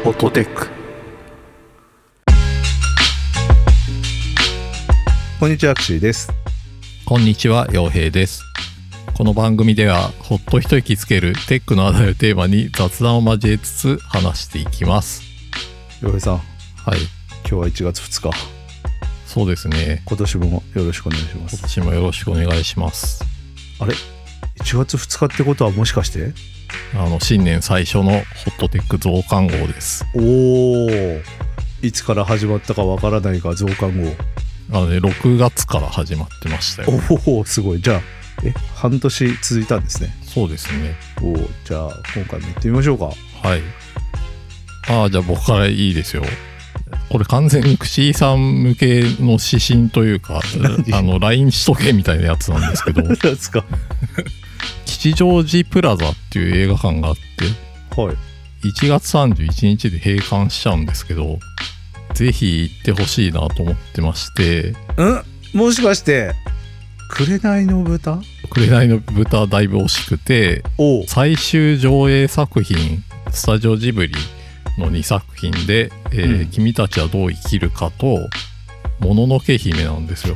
フォトテック。こんにちは、アクシーです。 こんにちは、陽平です。この番組ではほっと一息つけるテックの話題をテーマに雑談を交えつつ話していきます。 陽平さん、 はい、 今日は1月2日。 そうですね。 今年もよろしくお願いします。 今年もよろしくお願いします。 あれ1月2日ってことはもしかして新年最初のホットテック増刊号です。 おー、いつから始まったかわからないが増刊号。 6月から始まってましたよ。 おお、すごい。じゃあ半年続いたんですね。 そうですね。 おお、じゃあ今回も行ってみましょうか。 はい。じゃあ僕からいいですよ。これ完全に串井さん向けの指針というかLINE しとけみたいなやつなんですけど何ですか？ 吉祥寺プラザっていう映画館があって、 はい、 1月31日で閉館しちゃうんですけど、ぜひ行ってほしいなと思ってまして。 もしかして紅の豚？ 紅の豚だいぶ惜しくて、最終上映作品スタジオジブリの2作品で、君たちはどう生きるかともののけ姫なんですよ。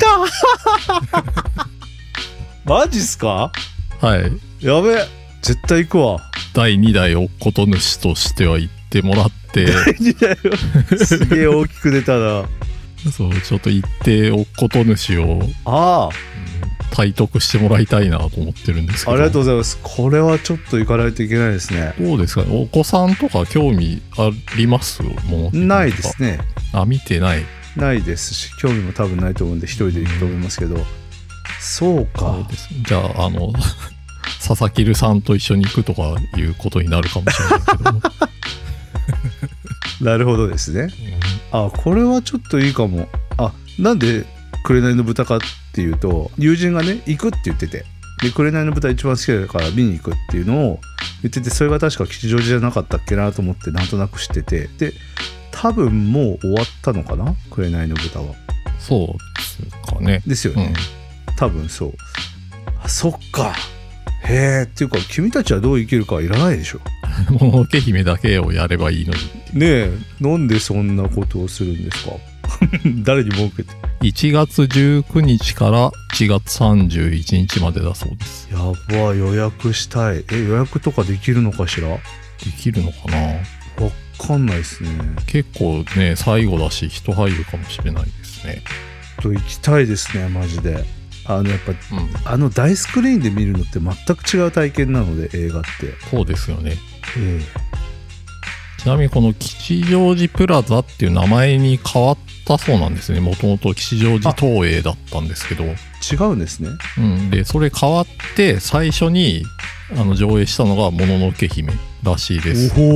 マジっすか？ はい。 やべえ、絶対行くわ。 第2代おっこと主としては行ってもらって第2代すげえ大きく出たな。 そうちょっと行っておっこと主を体得してもらいたいなと思ってるんですけど。 ありがとうございます。これはちょっと行かないといけないですね。 どうですかね、お子さんとか興味ありますもん？ ないですね。 見てない。 ないですし、興味も多分ないと思うんで一人で行くと思いますけど。そうか。 そうです。じゃあ佐々木留さんと一緒に行くとかいうことになるかもしれないけどもなるほどですね。これはちょっといいかも。なんで紅の豚かっていうと、友人がね行くって言ってて、で紅の豚一番好きだから見に行くっていうのを言ってて、それが確か吉祥寺じゃなかったっけなと思ってなんとなく知ってて、で多分もう終わったのかな、紅の豚は。 そうですかね。 ですよね、多分そう。そっか。へえ。っていうか君たちはどう生きるかはいらないでしょ。 もののけ姫だけをやればいいのにねえ、なんでそんなことをするんですか？誰に文句言って。 1月19日から1月31日までだそうです。 やばい、予約したい。予約とかできるのかしら？できるのかな？ わかんないですね。 結構ね、最後だし人入るかもしれないですね。 行きたいですね、マジで。やっぱ、大スクリーンで見るのって全く違う体験なので、映画って。 そうですよね。ちなみにこの吉祥寺プラザっていう名前に変わったそうなんですね。もともと吉祥寺東映だったんですけど。 違うんですね。 でそれ変わって最初に上映したのがもののけ姫らしいです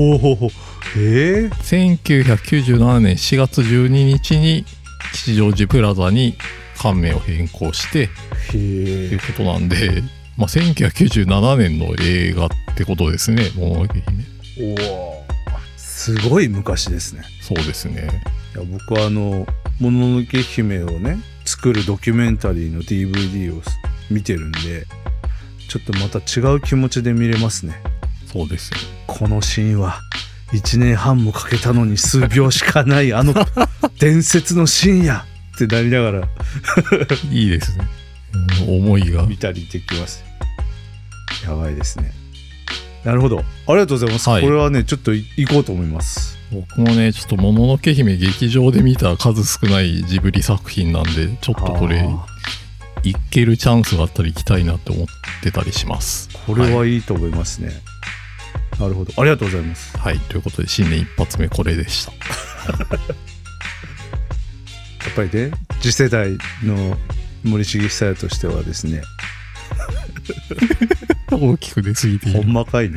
。1997年4月12日に吉祥寺プラザに館名を変更してということなんで、1997年の映画ってことですね、もののけ姫。 すごい昔ですね。 そうですね。 いや、僕はもののけ姫をね作るドキュメンタリーの DVD を見てるんで、ちょっとまた違う気持ちで見れますね。 そうですよ。 このシーンは1年半もかけたのに数秒しかない伝説のシーンやってなりながらいいですね、思いが見たりできます。やばいですね。なるほど、ありがとうございます、これはねちょっと行こうと思います。 僕もねちょっともののけ姫劇場で見た数少ないジブリ作品なんで、ちょっとこれ行けるチャンスがあったら行きたいなって思ってたりします。 これはいいと思いますね、なるほど、ありがとうございます。 はい、ということで新年一発目これでした。 やっぱりね、次世代の森重久彌としてはですね大きく出過ぎている。 ほんまかいな。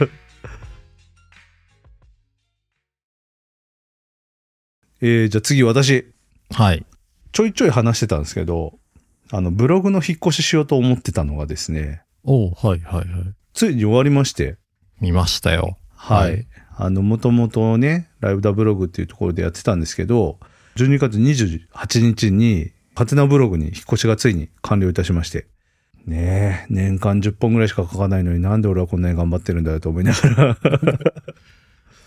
じゃあ次私。 はい。 ちょいちょい話してたんですけど、ブログの引っ越ししようと思ってたのがですね。ついに終わりまして。 見ましたよ。 はい。もともとね、ライブダブログっていうところでやってたんですけど、12月28日にハテナブログに引っ越しがついに完了いたしまして。ねえ、年間10本ぐらいしか書かないのになんで俺はこんなに頑張ってるんだよと思いながら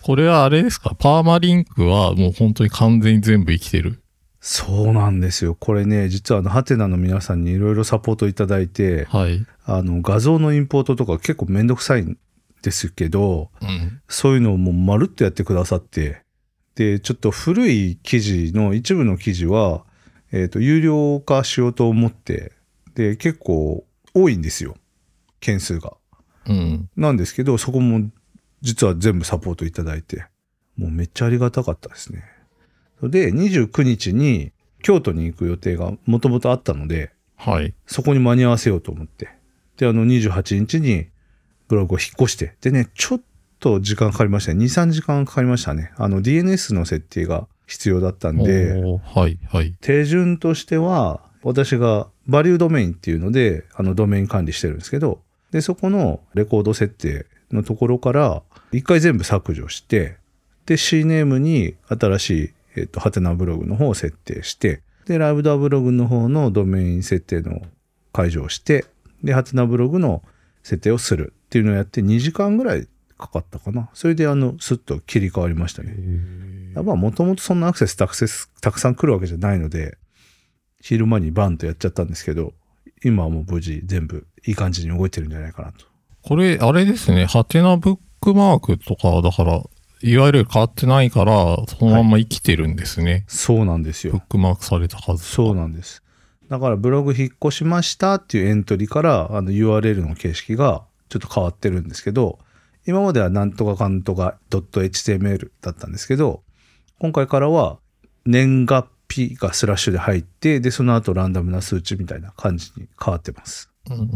これはあれですか？パーマリンクはもう本当に完全に全部生きてる。 そうなんですよ。これね、実はハテナの皆さんにいろいろサポートいただいて、 はい。 画像のインポートとか結構めんどくさいんですけど、 うん。 そういうのをもうまるっとやってくださって、で、ちょっと古い記事の一部の記事は、有料化しようと思って、で、結構多いんですよ。件数が。 うん。 なんですけど、そこも実は全部サポートいただいて、もうめっちゃありがたかったですね。で、29日に京都に行く予定がもともとあったので、 はい。 そこに間に合わせようと思って。で、28日にブログを引っ越して。でね、ちょっと時間かかりましたね。2、3時間かかりましたね。DNS の設定が必要だったんで、 はい、はい。 手順としては、私がバリュードメインっていうので、ドメイン管理してるんですけど、で、そこのレコード設定のところから、一回全部削除して、で、C ネームに新しい、ハテナブログの方を設定して、で、ライブドアブログの方のドメイン設定の解除をして、で、ハテナブログの設定をするっていうのをやって2時間ぐらいかかったかな。それでスッと切り替わりましたね。やっぱもともとそんなアクセスたくさん来るわけじゃないので、昼間にバンとやっちゃったんですけど、今はもう無事全部いい感じに動いてるんじゃないかなと。 これ、あれですね。ハテナブックマークとか、だから、いわゆる変わってないから、そのまま生きてるんですね。はい、 そうなんですよ。 ブックマークされた数。 そうなんです。だからブログ引っ越しましたっていうエントリーからURL の形式がちょっと変わってるんですけど、今まではなんとかかんとか .html だったんですけど、今回からは年月日がスラッシュで入って、で、その後ランダムな数値みたいな感じに変わってます。 うんうんうん、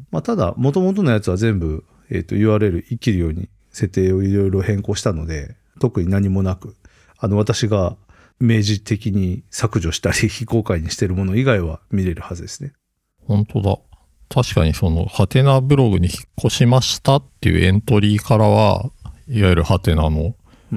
まあ、ただ、元々のやつは全部、URL 生きるように設定をいろいろ変更したので、特に何もなく、私が明示的に削除したり非公開にしているもの以外は見れるはずですね。 本当だ。確かにそのハテナブログに引っ越しましたっていうエントリーからは、いわゆるハテナの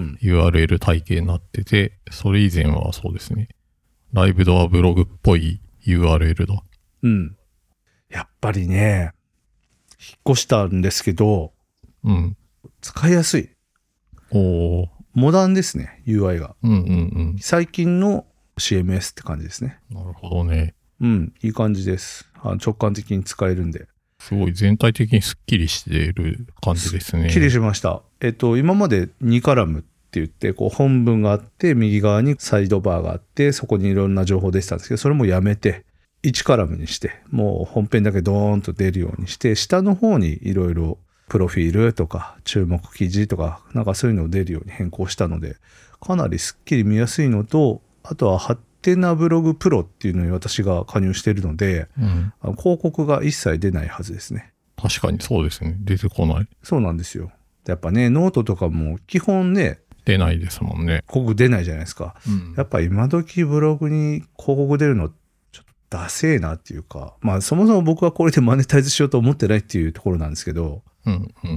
URL 体系になってて、それ以前はそうですね。ライブドアブログっぽい URL だ。 うん。やっぱりね、引っ越したんですけど、 うん。 使いやすい。 おー。 モダンですね、UI が。 うんうんうん。 最近の CMS って感じですね。 なるほどね。 うん、いい感じです。直感的に使えるんで。 すごい全体的にスッキリしている感じですね。 スッキリしました。今まで2カラムって言って、こう本文があって、右側にサイドバーがあって、そこにいろんな情報出てたんですけど、それもやめて、1カラムにして、もう本編だけドーンと出るようにして、下の方にいろいろプロフィールとか注目記事とか、なんかそういうのを出るように変更したので、かなりスッキリ見やすいのと、あとはハテナブログプロっていうのに私が加入しているので、 うん、 広告が一切出ないはずですね。 確かにそうですね。出てこない。 そうなんですよ。やっぱね、ノートとかも基本ね、 出ないですもんね。 広告出ないじゃないですか。 うん、 やっぱ今時ブログに広告出るのちょっとダセーなっていうか、まあそもそも僕はこれでマネタイズしようと思ってないっていうところなんですけど、 うんうん、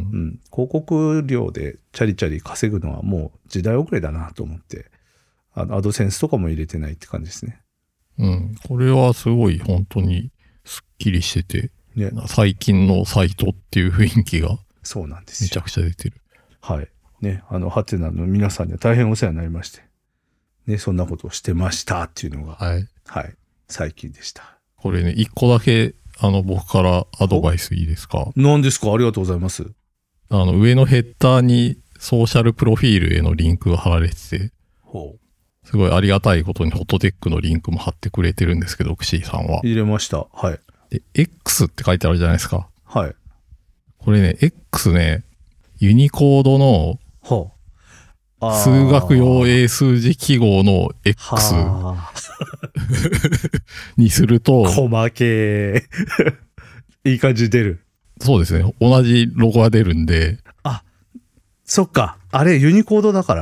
広告料でチャリチャリ稼ぐのはもう時代遅れだなと思って、アドセンスとかも入れてないって感じですね。 うん。これはすごい本当にスッキリしてて、 ね、 最近のサイトっていう雰囲気がそうなんですよ。 めちゃくちゃ出てる。 はい。ね、ハテナの皆さんには大変お世話になりまして、ね、そんなことをしてましたっていうのが、 はい。 はい、最近でした。 これね、一個だけ、僕からアドバイスいいですか？ 何ですか？ありがとうございます。 上のヘッダーにソーシャルプロフィールへのリンクが貼られてて、すごいありがたいことにフォトテックのリンクも貼ってくれてるんですけど、クシーさんは。 入れました。はい。 で、X って書いてあるじゃないですか。 はい。 これね、X ね、ユニコードの数学用英数字記号の X にすると、 細けーいい感じ出る。 そうですね。同じロゴが出るんで。 あ、そっか。あれユニコードだから。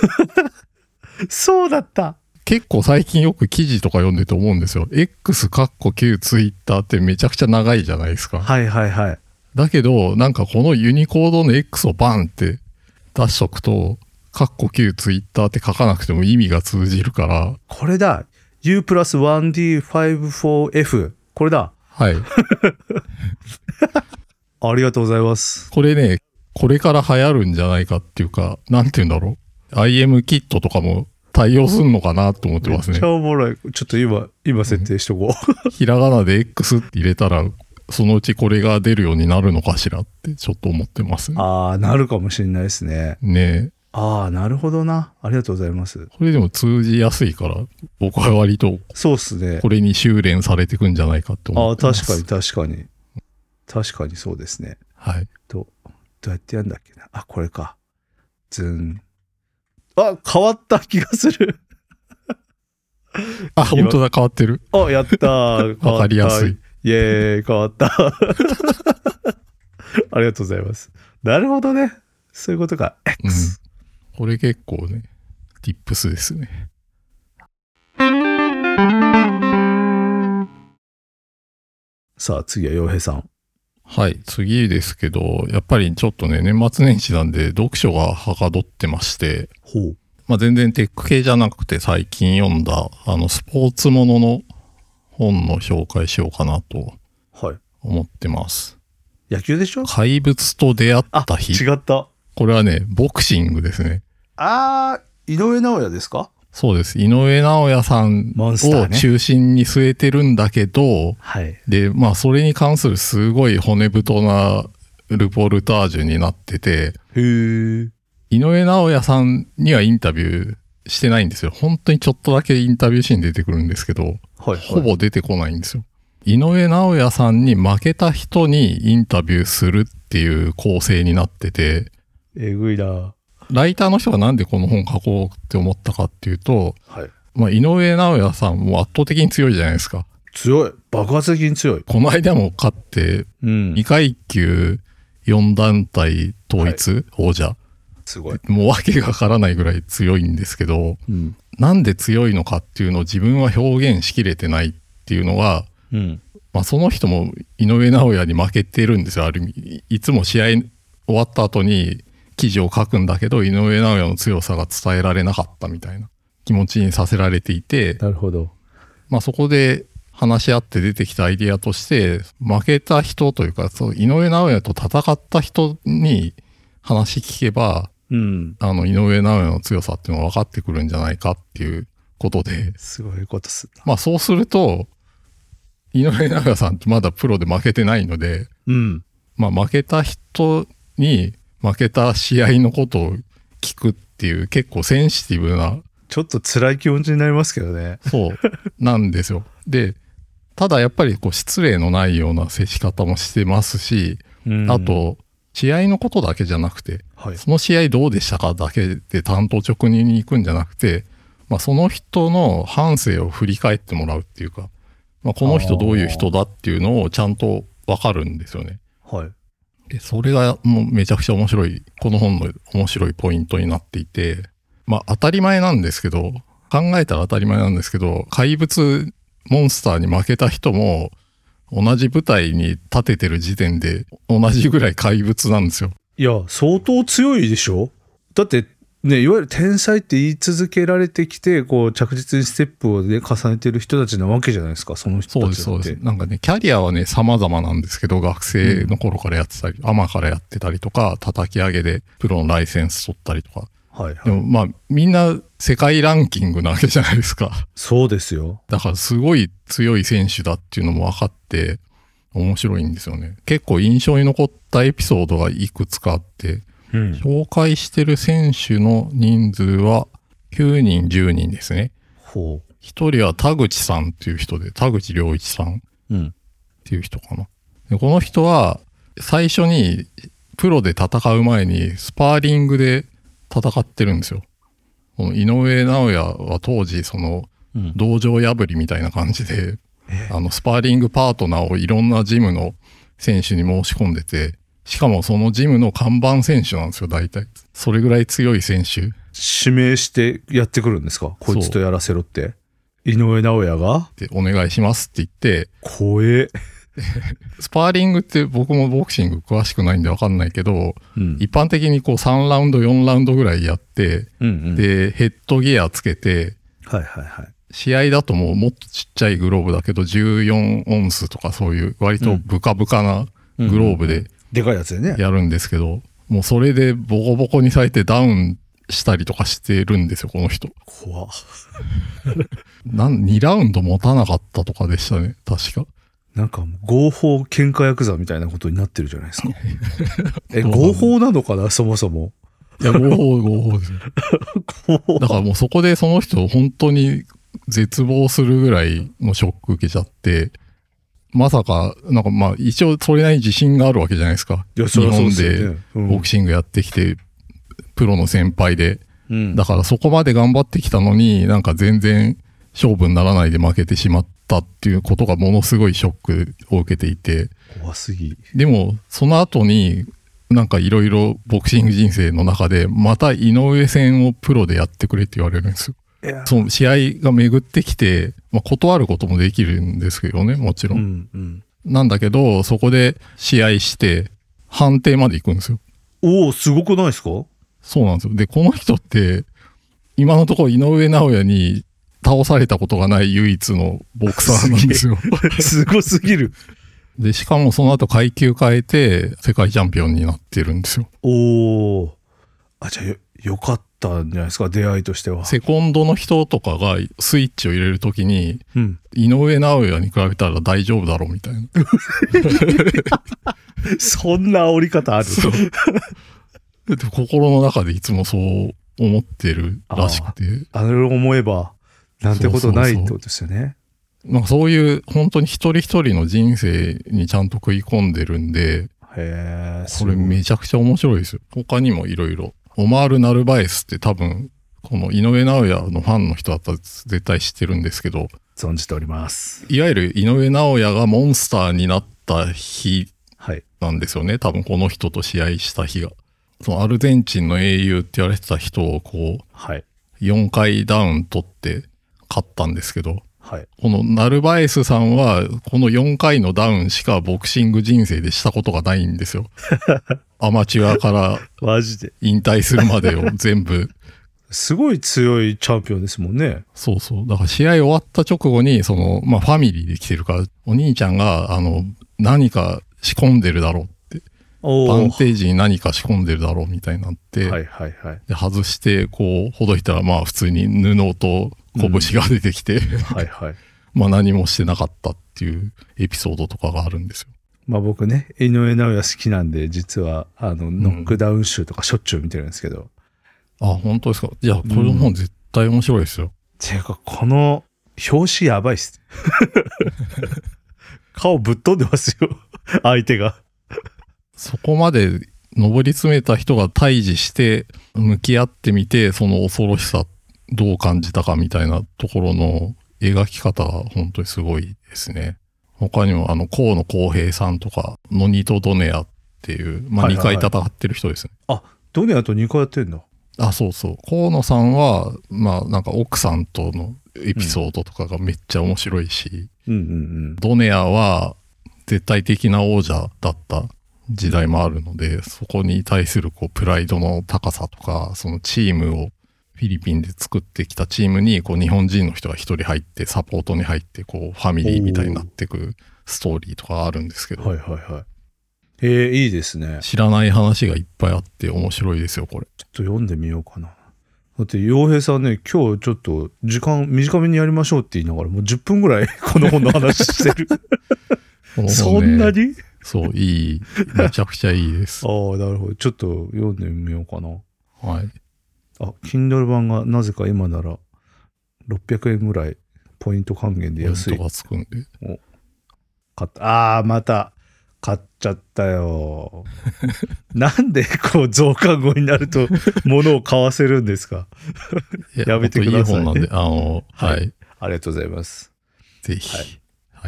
そうだった。 結構最近よく記事とか読んでて思うんですよ。X カッコ旧ツイッターってめちゃくちゃ長いじゃないですか。 はいはいはい。 だけど、なんかこのユニコードの X をバンって出しとくと、カッコ旧ツイッターって書かなくても意味が通じるから。 これだ。U プラス 1D54F。これだ。 はい。 ありがとうございます。 これね、 これから流行るんじゃないかっていうか、なんて言うんだろう。IM キットとかも対応するのかなと思ってますね。 めっちゃおもろい。ちょっと今設定しとこう。 ひらがなで X って入れたら、そのうちこれが出るようになるのかしらってちょっと思ってますね。 ああ、なるかもしれないですね。 ねえ。 ああ、なるほどな。ありがとうございます。 これでも通じやすいから、僕は割とそうっすね。 これに修練されていくんじゃないかって思ってます。 ああ、確かに。確かにそうですね。 はい。 どうやってやるんだっけな。あ、これか。ズン。あ、変わった気がする。 あ、本当だ、変わってる。 あ、やったー。 わかりやすい。 イエーイ、変わった。ありがとうございます。なるほどね。そういうことか。X。 これ結構ね、tips ですね。 さあ、次は洋平さん。 はい、次ですけど、やっぱりちょっとね、年末年始なんで読書がはかどってまして、 ほう。 まあ全然テック系じゃなくて最近読んだ、スポーツものの本の紹介しようかなと思ってます。 野球でしょ？ 怪物と出会った日。 違った。 これはね、ボクシングですね。 井上尚弥ですか？ そうです。井上尚弥さんを中心に据えてるんだけど、 はい。 で、まあそれに関するすごい骨太なルポルタージュになってて、 へー。 井上尚弥さんにはインタビューしてないんですよ。本当にちょっとだけインタビューシーン出てくるんですけど、 はい、 ほぼ出てこないんですよ。井上尚弥さんに負けた人にインタビューするっていう構成になってて、 えぐいな。 ライターの人がなんでこの本書こうって思ったかっていうと、 はい。 まあ井上尚弥さんも圧倒的に強いじゃないですか。 強い。爆発的に強い。 この間も勝って、2階級4団体統一王者。 すごい。 もう訳がわからないぐらい強いんですけど、なんで強いのかっていうのを自分は表現しきれてないっていうのが、まあその人も井上尚弥に負けてるんですよ、ある意味。いつも試合終わった後に記事を書くんだけど、井上尚弥の強さが伝えられなかったみたいな気持ちにさせられていて、 なるほど。 まあそこで話し合って出てきたアイデアとして、負けた人というか、そう井上尚弥と戦った人に話聞けば、井上尚弥の強さっていうのが分かってくるんじゃないかっていうことで。 すごいことする。 まあそうすると、井上尚弥さんってまだプロで負けてないので、まあ負けた人に負けた試合のことを聞くっていう結構センシティブな。 ちょっと辛い気持ちになりますけどね。 そうなんですよ。で、ただやっぱりこう失礼のないような接し方もしてますし、あと、試合のことだけじゃなくて、その試合どうでしたかだけで単刀直入に行くんじゃなくて、まあその人の半生を振り返ってもらうっていうか、まあこの人どういう人だっていうのをちゃんとわかるんですよね。で、それがもうめちゃくちゃ面白い、この本の面白いポイントになっていて、まあ当たり前なんですけど、考えたら当たり前なんですけど、怪物モンスターに負けた人も、同じ舞台に立ててる時点で同じぐらい怪物なんですよ。 いや、相当強いでしょ？だってね、いわゆる天才って言い続けられてきて、こう着実にステップをね、重ねてる人たちなわけじゃないですか、その人たちって。 そうです。なんかね、キャリアはね、様々なんですけど、学生の頃からやってたり、アマからやってたりとか、叩き上げでプロのライセンス取ったりとか。でもまあ、みんな世界ランキングなわけじゃないですか。 そうですよ。 だからすごい強い選手だっていうのも分かって、面白いんですよね。結構印象に残ったエピソードがいくつかあって、紹介してる選手の人数は9人、10人ですね。1人は田口さんっていう人で、田口良一さんっていう人かな。でこの人は最初にプロで戦う前にスパーリングで戦ってるんですよ。この井上尚弥は当時その道場破りみたいな感じで、スパーリングパートナーをいろんなジムの選手に申し込んでて、しかもそのジムの看板選手なんですよ、大体。それぐらい強い選手。 指名してやってくるんですか？こいつとやらせろって。井上尚弥がでお願いしますって言って。 怖え。 スパーリングって僕もボクシング詳しくないんで分かんないけど、一般的にこう3ラウンド4ラウンドぐらいやって、でヘッドギアつけて、試合だともっとちっちゃいグローブだけど14オンスとかそういう割とブカブカなグローブででかいやつでねやるんですけど、ももうそれでボコボコにされてダウンしたりとかしてるんですよ、この人。 怖っ。 2ラウンド持たなかったとかでしたね、確か。 なんかもう合法喧嘩ヤクザみたいなことになってるじゃないですか。合法なのかな、そもそも。 いや、合法ですよ。だからもうそこでその人本当に絶望するぐらいのショック受けちゃって、まさか、なんかまあ一応それなりに自信があるわけじゃないですか。 いや、 日本そうですよでね。うんボクシングやってきて、プロの先輩で。 うんだからそこまで頑張ってきたのに、なんか全然勝負にならないで負けてしまったっていうことがものすごいショックを受けていて。 怖すぎ。 でも、その後に、なんかいろいろボクシング人生の中で、また井上戦をプロでやってくれって言われるんですよ。その試合が巡ってきて、まあ、断ることもできるんですけどね、もちろん。 うんうん、 なんだけど、そこで試合して、判定まで行くんですよ。 おお、すごくないですか？ そうなんですよ。で、この人って、今のところ井上尚弥に倒されたことがない唯一のボクサーなんですよ。 すごすぎる。 で、しかもその後階級変えて世界チャンピオンになってるんですよ。 おお。あ、じゃあよかったんじゃないですか、出会いとしては。 セコンドの人とかがスイッチを入れるときに、 うん、 井上尚弥に比べたら大丈夫だろうみたいな。 そんな煽り方ある？ で心の中でいつもそう思ってるらしくて。 あれを思えば、なんてことないってことですよね。 なんかそういう本当に一人一人の人生にちゃんと食い込んでるんで、 へー、 これめちゃくちゃ面白いですよ。他にもいろいろ。オマール・ナルバエスって多分、この井上尚弥のファンの人だったら絶対知ってるんですけど、 存じております。 いわゆる井上尚弥がモンスターになった日なんですよね。多分この人と試合した日が。そのアルゼンチンの英雄って言われてた人をこう、 はい、 4回ダウン取って勝ったんですけど、 はい、 このナルバエスさんはこの4回のダウンしかボクシング人生でしたことがないんですよ。アマチュアからマジで引退するまでを全部。 すごい強いチャンピオンですもんね。 そうそう。だから試合終わった直後に、その、まあファミリーで来てるから、お兄ちゃんが、何か仕込んでるだろうって。バンテージに何か仕込んでるだろうみたいになって、 はいはいはい。 で外して、こう、ほどいたら、まあ普通に布と拳が出てきて、 はいはい。 まあ何もしてなかったっていうエピソードとかがあるんですよ。 まあ僕ね、井上尚弥好きなんで、実は、ノックダウン集とかしょっちゅう見てるんですけど。 あ、本当ですか。いや、これの本絶対面白いですよ。 ていうか、この表紙やばいっす。顔ぶっ飛んでますよ、相手が。 そこまで上り詰めた人が対峙して向き合ってみて、その恐ろしさどう感じたかみたいなところの描き方が本当にすごいですね。他にも河野康平さんとかノニト・ドネアっていう、まあ2回戦ってる人ですね。 あ、ドネアと2回やってんだ。 あ、そうそう。河野さんは、まあなんか奥さんとのエピソードとかがめっちゃ面白いし、ドネアは絶対的な王者だった時代もあるので、そこに対するこうプライドの高さとか、そのチームをフィリピンで作ってきたチームにこう日本人の人が一人入ってサポートに入ってこうファミリーみたいになっていくストーリーとかあるんですけど、 はいはいはい。いいですね。 知らない話がいっぱいあって面白いですよこれ。 ちょっと読んでみようかな。だって洋平さんね、今日ちょっと時間短めにやりましょうって言いながらもう10分ぐらいこの本の話してる。 ね、 そんなに？ そう、いい。めちゃくちゃいいです。 ああ、なるほど。ちょっと読んでみようかな。 はい。 あ、Kindle 版がなぜか今なら600円ぐらいポイント還元で安い。 ポイントがつくんで。 買った。また買っちゃったよ。なんでこう増刊号になると物を買わせるんですか？やめてください。 いい本なんで、はい。 ありがとうございます。 ぜひ。はい。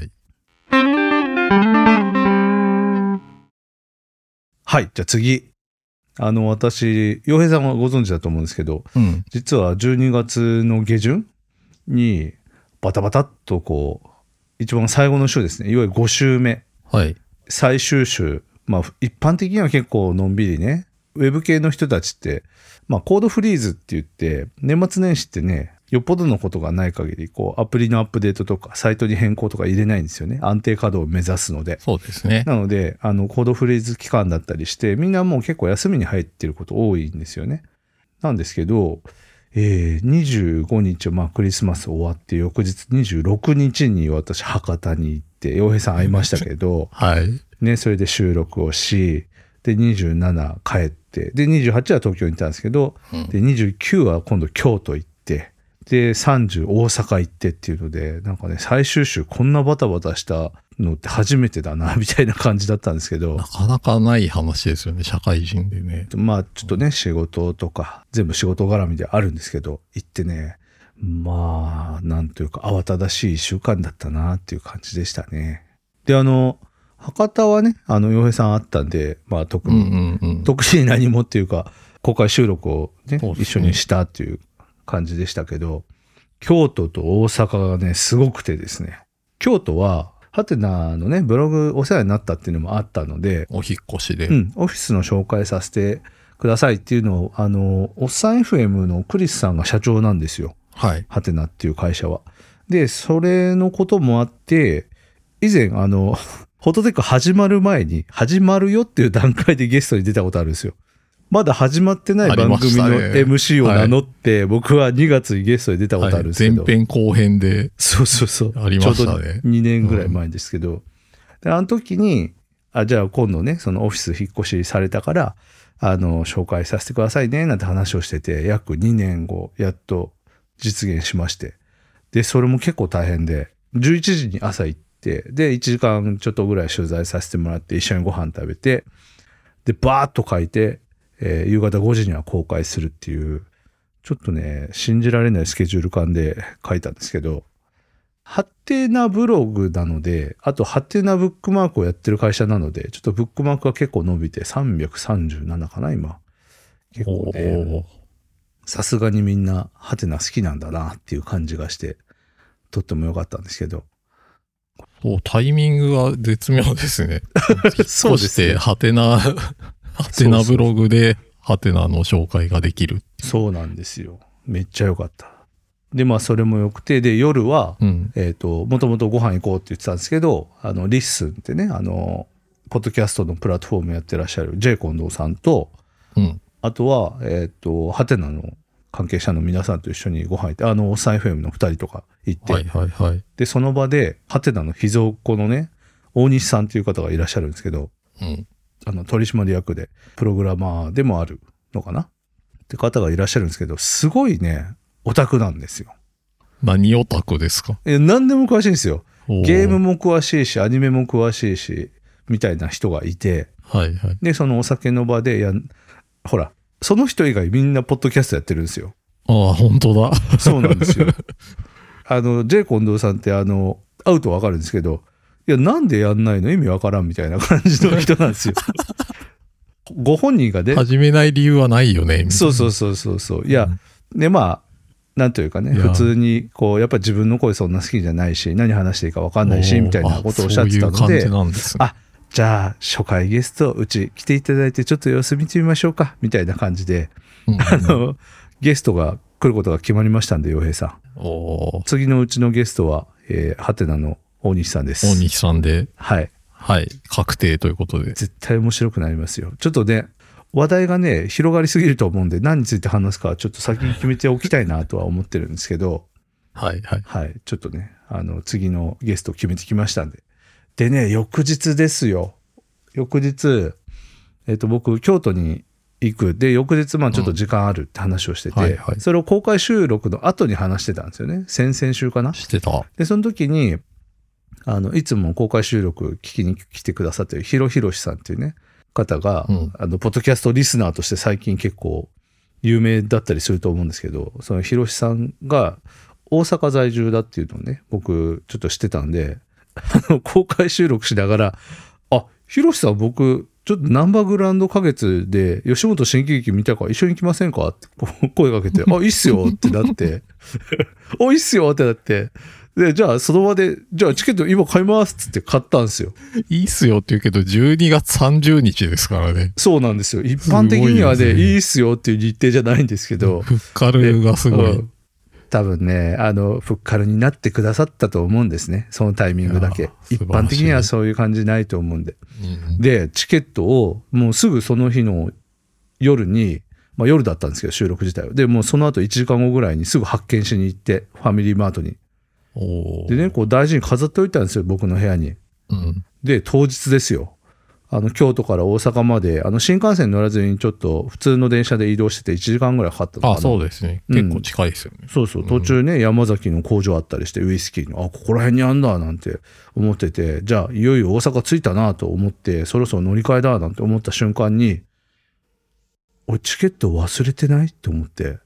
はい。じゃあ次。私、洋平さんはご存知だと思うんですけど、実は12月の下旬にバタバタっとこう、一番最後の週ですね。いわゆる5週目。 はい。 最終週。まあ、一般的には結構のんびりね、ウェブ系の人たちって、まあ、コードフリーズって言って、年末年始ってね、 よっぽどのことがない限り、こう、アプリのアップデートとか、サイトに変更とか入れないんですよね。安定稼働を目指すので。 そうですね。 なので、コードフリーズ期間だったりして、みんなもう結構休みに入ってること多いんですよね。なんですけど、25日、まあクリスマス終わって、翌日26日に私、博多に行って、洋平さん会いましたけど、 はい。 ね、それで収録をし、で、27帰って、で、28は東京に行ったんですけど、で、29は今度京都行って、で、30大阪行ってっていうので、なんかね、最終週こんなバタバタしたのって初めてだな、みたいな感じだったんですけど。 なかなかない話ですよね、社会人でね。 まあ、ちょっとね、仕事とか、全部仕事絡みであるんですけど、行ってね、まあ、なんというか、慌ただしい一週間だったな、っていう感じでしたね。で、博多はね、洋平さんあったんで、まあ、特に何もっていうか、公開収録をね、一緒にしたっていう感じでしたけど、京都と大阪がね、すごくてですね、京都は、ハテナのね、ブログお世話になったっていうのもあったので、 お引っ越しで。 オフィスの紹介させてくださいっていうのを、おっさん FM のクリスさんが社長なんですよ。 はい。 ハテナっていう会社は。で、それのこともあって、以前、フォトテック始まる前に、始まるよっていう段階でゲストに出たことあるんですよ。まだ始まってない番組の MC を名乗って、僕は2月にゲストに出たことあるんですけど。 前編後編で。 そうそうそう。 ありましたね。 ちょうど2年ぐらい前ですけど。で、あの時に、じゃあ今度ね、そのオフィス引っ越しされたから、紹介させてくださいね、なんて話をしてて、約2年後、やっと実現しまして。で、それも結構大変で、11時に朝行って、で、1時間ちょっとぐらい取材させてもらって、一緒にご飯食べて、で、バーッと書いて、夕方5時には公開するっていう、ちょっとね、信じられないスケジュール感で書いたんですけど、ハテナブログなので、あとハテナブックマークをやってる会社なので、ちょっとブックマークが結構伸びて337かな、今。結構ね、さすがにみんなハテナ好きなんだなっていう感じがして、とっても良かったんですけど。 そう、タイミングが絶妙ですね。 そうですね。 ハテナブログでハテナの紹介ができる。 そうなんですよ。めっちゃ良かった。で、まあそれも良くて、で、夜は、もともとご飯行こうって言ってたんですけど、リッスンってね、ポッドキャストのプラットフォームやってらっしゃる J 近藤さんと、あとは、ハテナの関係者の皆さんと一緒にご飯行って、おっさん FM の2人とか行って、で、その場で、ハテナの秘蔵っ子のね、大西さんっていう方がいらっしゃるんですけど、取締役で、プログラマーでもあるのかなって方がいらっしゃるんですけど、すごいね、オタクなんですよ。 何オタクですか？ 何でも詳しいんですよ。ゲームも詳しいし、アニメも詳しいし、みたいな人がいて、で、そのお酒の場で、ほら、その人以外みんなポッドキャストやってるんですよ。 ああ、本当だ。 そうなんですよ。J 近藤さんって会うとわかるんですけど、いや、なんでやんないの？意味わからんみたいな感じの人なんですよ。ご本人がね。 始めない理由はないよね。みたいな。 そう。いや、で、まあ、なんというかね、普通に、こう、やっぱ自分の声そんな好きじゃないし、何話していいかわかんないし、みたいなことをおっしゃってたので、 そういう感じなんですね。 じゃあ、初回ゲスト、うち来ていただいて、ちょっと様子見てみましょうか、みたいな感じで、ゲストが来ることが決まりましたんで、洋平さん。次のうちのゲストは、ハテナの大西さんです。 大西さんで。 はい。 はい。確定ということで。 絶対面白くなりますよ。ちょっとね、話題がね、広がりすぎると思うんで、何について話すかはちょっと先に決めておきたいなとは思ってるんですけど、はい。ちょっとね、次のゲストを決めてきましたんで。でね、翌日ですよ。翌日、僕、京都に行く。で、翌日、まあちょっと時間あるって話をしてて、それを公開収録の後に話してたんですよね。先々週かな。 してた。 で、その時に、いつも公開収録聞きに来てくださってるヒロヒロシさんっていうね、方が、ポッドキャストリスナーとして最近結構有名だったりすると思うんですけど、そのヒロシさんが大阪在住だっていうのをね、僕ちょっと知ってたんで、公開収録しながら、ヒロシさん僕、ちょっとナンバーグランド花月で吉本新喜劇見たから一緒に行きませんかって声かけて、いいっすよってなって、いいっすよってなって、で、じゃあその場で、じゃあチケット今買いますっつって買ったんですよ。 いいっすよって言うけど、12月30日ですからね。 そうなんですよ。一般的にはね、いいっすよっていう日程じゃないんですけど。 フッカルがすごい。 多分ねフッカルになってくださったと思うんですね、そのタイミングだけ。一般的にはそういう感じないと思うんで、でチケットをもうすぐその日の夜に、夜だったんですけど収録自体は、でもうその後1時間後ぐらいにすぐ発見しに行ってファミリーマートに。でねこう大事に飾っておいたんですよ僕の部屋に。で当日ですよ、京都から大阪まで新幹線乗らずにちょっと普通の電車で移動してて1時間ぐらいかかったのかな。 そうですね、結構近いですよね。 そう途中ね山崎の工場あったりしてウイスキーのここら辺にあんだなんて思ってて、じゃあいよいよ大阪着いたなと思ってそろそろ乗り換えだなんて思った瞬間に、俺チケット忘れてないって思って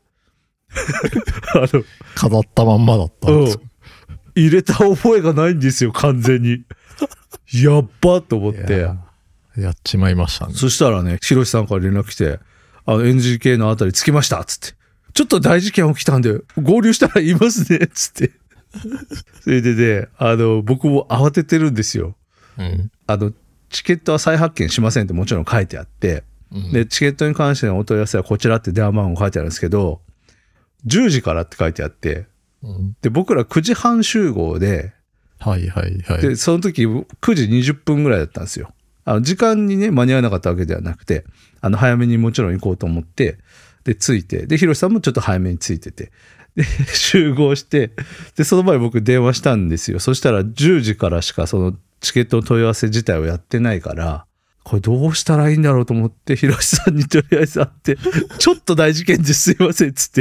飾ったまんまだったんですよ。 入れた覚えがないんですよ完全にやっばと思ってやっちまいましたね。そしたらねひろしさんから連絡来てNGK のあたり着きましたっつって、ちょっと大事件起きたんで合流したら言いますねっつってそれでね僕も慌ててるんですよ、チケットは再発見しませんってもちろん書いてあって、でチケットに関してのお問い合わせはこちらって電話番号書いてあるんですけど10時からって書いてあって、で僕ら9時半集合で、でその時9時20分ぐらいだったんですよ。時間にね間に合わなかったわけではなくて早めにもちろん行こうと思ってで着いて、でひろしさんもちょっと早めに着いててで集合して、でその前僕電話したんですよ。そしたら10時からしかそのチケットの問い合わせ自体をやってないから、これどうしたらいいんだろうと思ってひろしさんにとりあえず会ってちょっと大事件ですいませんっつ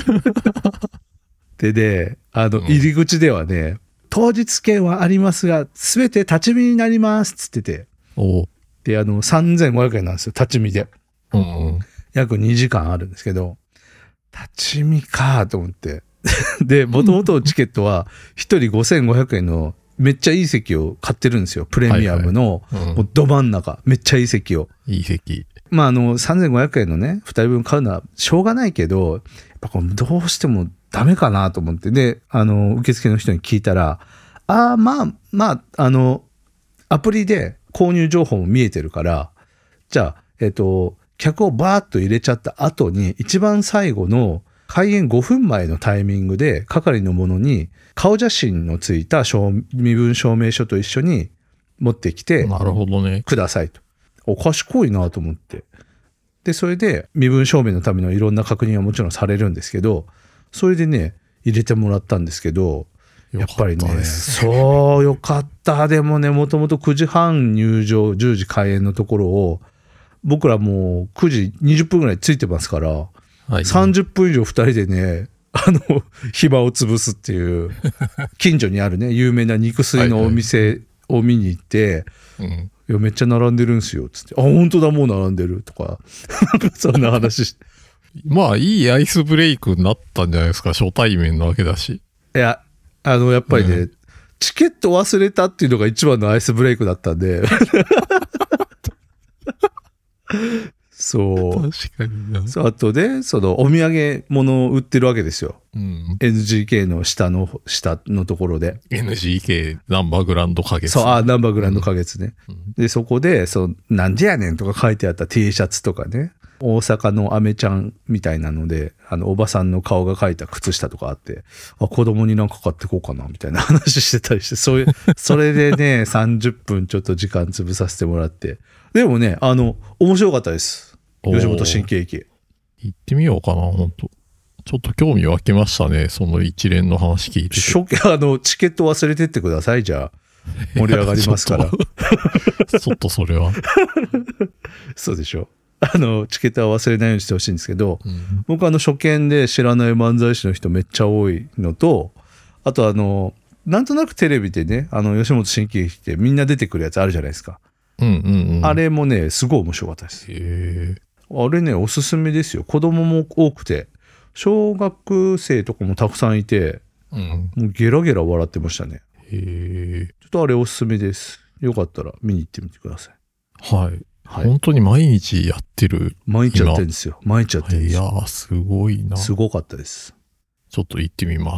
ってで入り口ではね当日券はありますが全て立ち見になりますっつってて、で3500円なんですよ立ち見で、約2時間あるんですけど、立ち見かと思ってで元々のチケットは1人5500円のめっちゃいい席を買ってるんですよ、プレミアムの、もうど真ん中めっちゃいい席を。 いい席。 3500円のね2人分買うのはしょうがないけど、やっぱこれどうしてもダメかなと思って、で受付の人に聞いたらアプリで購入情報も見えてるから、じゃあ客をバーッと入れちゃった後に一番最後の開演5分前のタイミングで係の者に顔写真のついた身分証明書と一緒に持ってきてくださいと。お賢いなと思って、でそれで身分証明のためのいろんな確認はもちろんされるんですけど、それでね入れてもらったんですけど、やっぱりねそうよかった。でもねもともと9時半入場10時開演のところを僕らもう9時20分ぐらいついてますから、30分以上2人でね暇を潰すっていう近所にあるね有名な肉水のお店を見に行って、いやめっちゃ並んでるんすよつって、本当だもう並んでるとかそんな話していいアイスブレイクになったんじゃないですか、初対面なわけだし。 いややっぱりね、チケット忘れたっていうのが一番のアイスブレイクだったんでそう確かにな。 あとでそのお土産物を売ってるわけですよ、NGK の下のところで NGK ナンバーグランド花月、 ナンバーグランド花月ね、でそこでなんでやねんとか書いてあった T シャツとかね、大阪のアメちゃんみたいなのでおばさんの顔が描いた靴下とかあって、子供になんか買ってこうかなみたいな話してたりして、それでね30分ちょっと時間潰させてもらって、でもね面白かったです。吉本新喜劇行ってみようかな。本当ちょっと興味湧きましたね、その一連の話聞いてて。 チケット忘れてってください、じゃあ盛り上がりますからちょっとそれはそうでしょ。チケットは忘れないようにしてほしいんですけど、僕初見で知らない漫才師の人めっちゃ多いのと、あとなんとなくテレビでね吉本新喜劇ってみんな出てくるやつあるじゃないですか、あれもねすごい面白かったです。あれねおすすめですよ。子供も多くて小学生とかもたくさんいて、もうゲラゲラ笑ってましたね。ちょっとあれおすすめです。よかったら見に行ってみてください。 はい、本当に毎日やってる。 毎日やってるんですよ。毎日やってるんですよ。 いやーすごいな。 すごかったです。 ちょっと行ってみます。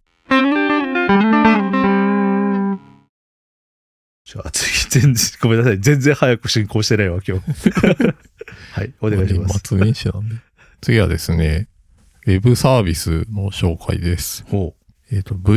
じゃあ次ごめんなさい、全然早く進行してないわ今日はい、お願いします。 年末年始なんで次はですね、 ウェブサービスの紹介です。 ほう。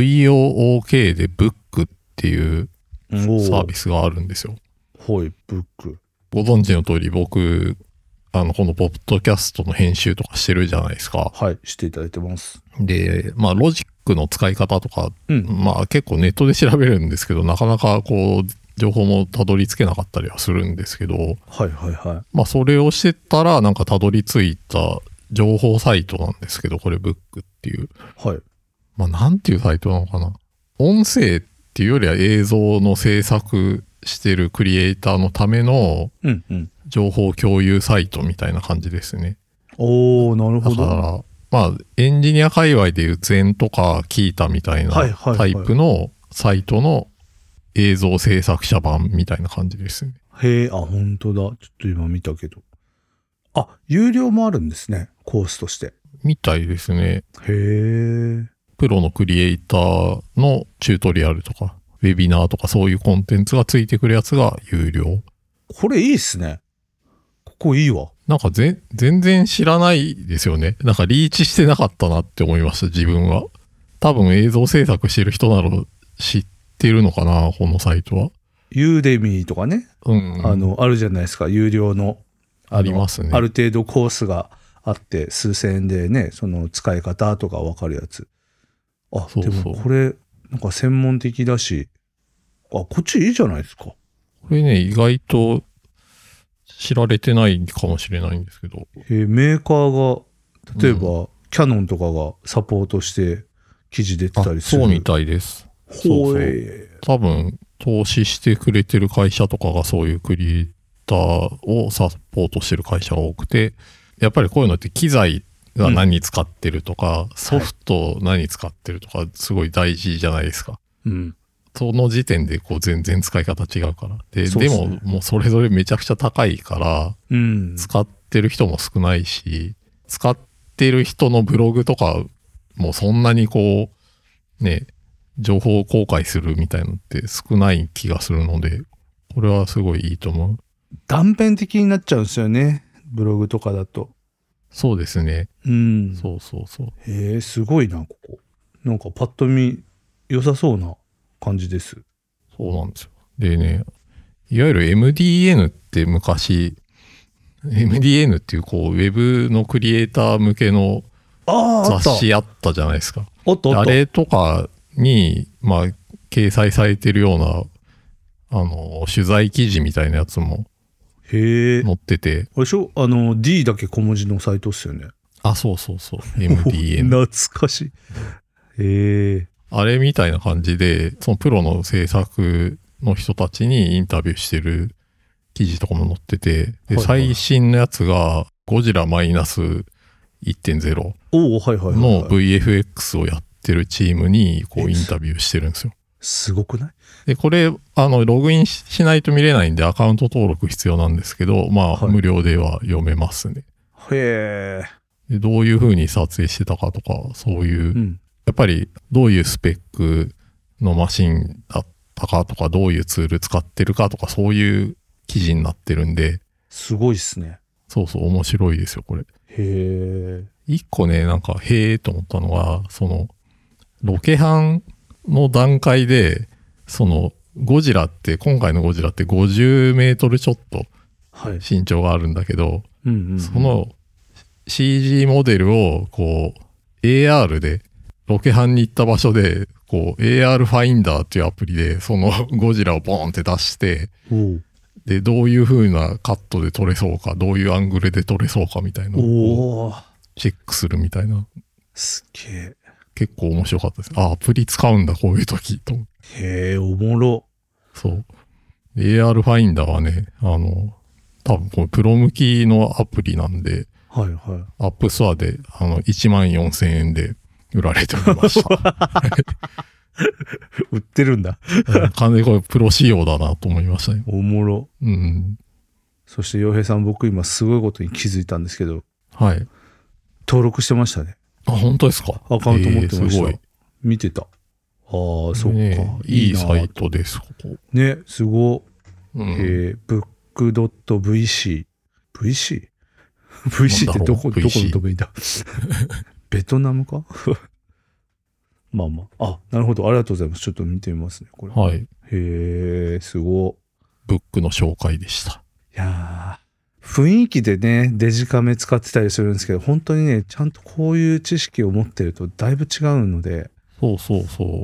VOOK でブックっていうサービスがあるんですよ。 はい、ブック。 ご存知の通り僕、このポッドキャストの編集とかしてるじゃないですか。 はい、していただいてます。 で、まあ、ロジックの使い方とか、 うん、 まあ結構ネットで調べるんですけど、なかなかこう、情報もたどり着けなかったりはするんですけど、 はいはいはい。 まあそれをしてたらなんかたどり着いた情報サイトなんですけど、これブックっていう。 はい。 まあなんていうサイトなのかな。音声っていうよりは映像の制作してるクリエイターのためのうんうん。 情報共有サイトみたいな感じですね。 おー、なるほど。 だから、まあエンジニア界隈でいうゼンとかキータみたいなはいはいはいタイプのサイトの映像制作者版みたいな感じですね。 へえ、あ、本当だ。ちょっと今見たけど。あ、有料もあるんですね。コースとして。 みたいですね。 へえ。 プロのクリエイターのチュートリアルとか、ウェビナーとかそういうコンテンツがついてくるやつが有料。 これいいっすね。ここいいわ。 なんか全然知らないですよね。なんかリーチしてなかったなって思いました、自分は。多分映像制作してる人なら知ってるのかな、このサイトは。 ユーデミーとかね。 うん。 あるじゃないですか。有料の。 ありますね。 ある程度コースがあって、数千円でね、その使い方とかわかるやつ。あ、 そうそう。 でもこれ、なんか専門的だし、あ、こっちいいじゃないですか。 これね、意外と知られてないかもしれないんですけど。 メーカーが、例えば、キャノンとかがサポートして記事出てたりする。 そうみたいです。 ほう。 多分、投資してくれてる会社とかがそういうクリエイターをサポートしてる会社が多くて、やっぱりこういうのって機材が何使ってるとか、ソフト何使ってるとか、すごい大事じゃないですか。 うん。 その時点でこう全然使い方違うから。でそうっすねももうそれぞれめちゃくちゃ高いから、 うん。 使ってる人も少ないし、使ってる人のブログとかもそんなにこう、ね、情報公開するみたいのって少ない気がするので、これはすごいいいと思う。 断片的になっちゃうんですよね。ブログとかだと。 そうですね。 うん。 そうそうそう。 へえ、すごいな、ここ。なんかパッと見良さそうな感じです。 そうなんですよ。でね、いわゆる MDN って昔、MDN っていうこう、ウェブのクリエイター向けの雑誌あったじゃないですか。あれとかに、まあ、掲載されてるような、取材記事みたいなやつも載ってて。 あれでしょD だけ小文字のサイトっすよね。 あ、そうそうそう。MDN。 懐かしい。 あれみたいな感じで、そのプロの制作の人たちにインタビューしてる記事とかも載ってて、で、最新のやつが、ゴジラマイナス 1.0 の VFX をやってるチームに、こう、インタビューしてるんですよ。 すごくない？ で、これ、ログインしないと見れないんで、アカウント登録必要なんですけど、まあ、無料では読めますね。 へえ。で、どういう風に撮影してたかとか、そういう、やっぱり、どういうスペックのマシンだったかとか、どういうツール使ってるかとか、そういう記事になってるんで。 すごいっすね。 そうそう、面白いですよ、これ。一個ね、なんか、へーと思ったのは、ロケハンの段階で、ゴジラって、今回のゴジラって50メートルちょっと身長があるんだけど、その CG モデルをこう AR でロケハンに行った場所で、こう AR ファインダーっていうアプリでそのゴジラをボーンって出して、で、どういう風なカットで撮れそうか、どういうアングルで撮れそうかみたいなのをチェックするみたいな。 すげえ。 結構面白かったです。あ、アプリ使うんだ、こういう時と。 へえ、おもろ。 そう。AR ファインダーはね、多分これプロ向きのアプリなんで、 アップストアで、14,000円で売られておりました。 売ってるんだ。 完全にこれプロ仕様だなと思いましたね。 おもろ。 うん。 そして洋平さん、僕今すごいことに気づいたんですけど。 はい。 登録してましたね。 あ、本当ですか？ アカウント持ってました。 すごい。 見てた。ああ、そっか。 いいサイトです、ここ。 ね、すご。book.vc。VC ってどこのドメインだベトナムかまあまあ。あ、なるほど。ありがとうございます。ちょっと見てみますね、これ。 はい。 へえ、すご。 ブックの紹介でした。 いやー、雰囲気でね、デジカメ使ってたりするんですけど、本当にね、ちゃんとこういう知識を持ってるとだいぶ違うので。 そうそうそう。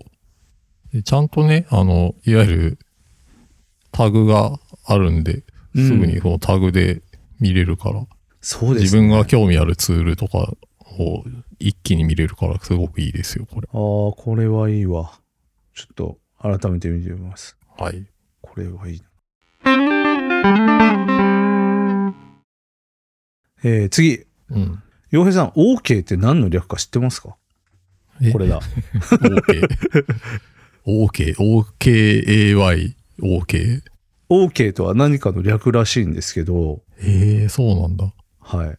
でちゃんとね、いわゆるタグがあるんで、すぐにそのタグで見れるから、 そうですね。 自分が興味あるツールとかを一気に見れるからすごくいいですよ、これ。 ああ、これはいいわ。ちょっと改めて見てみます。 はい。 これはいいな。次。 うん。 洋平さん、OK って何の略か知ってますか？これだ。 OK。OK。OK。OK。 OK とは何かの略らしいんですけど。 そうなんだ。 はい。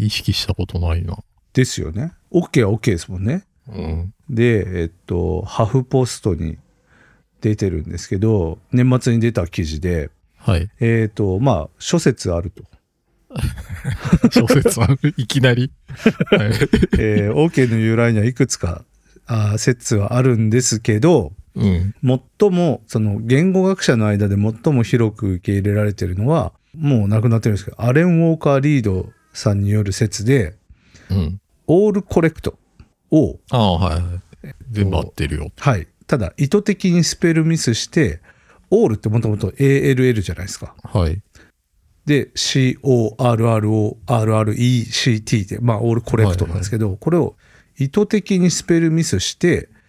意識したことないな。 ですよね。OK は OK ですもんね。 うん。 で、ハフポストに出てるんですけど、年末に出た記事で、 はい。 まあ、諸説あると。 諸説あるいきなり。はい。 OK の由来にはいくつか説はあるんですけど、 うん、 最もその言語学者の間で最も広く受け入れられているのはもう亡くなってるんですけど、アレン・ウォーカー・リードさんによる説で、 うん、 オールコレクトを、 はい、全部合ってるよ。 はい。ただ意図的にスペルミスして、オールってもともと ALL じゃないですか。 はい。 で CORRORRECT で、まあオールコレクトなんですけど、これを意図的にスペルミスして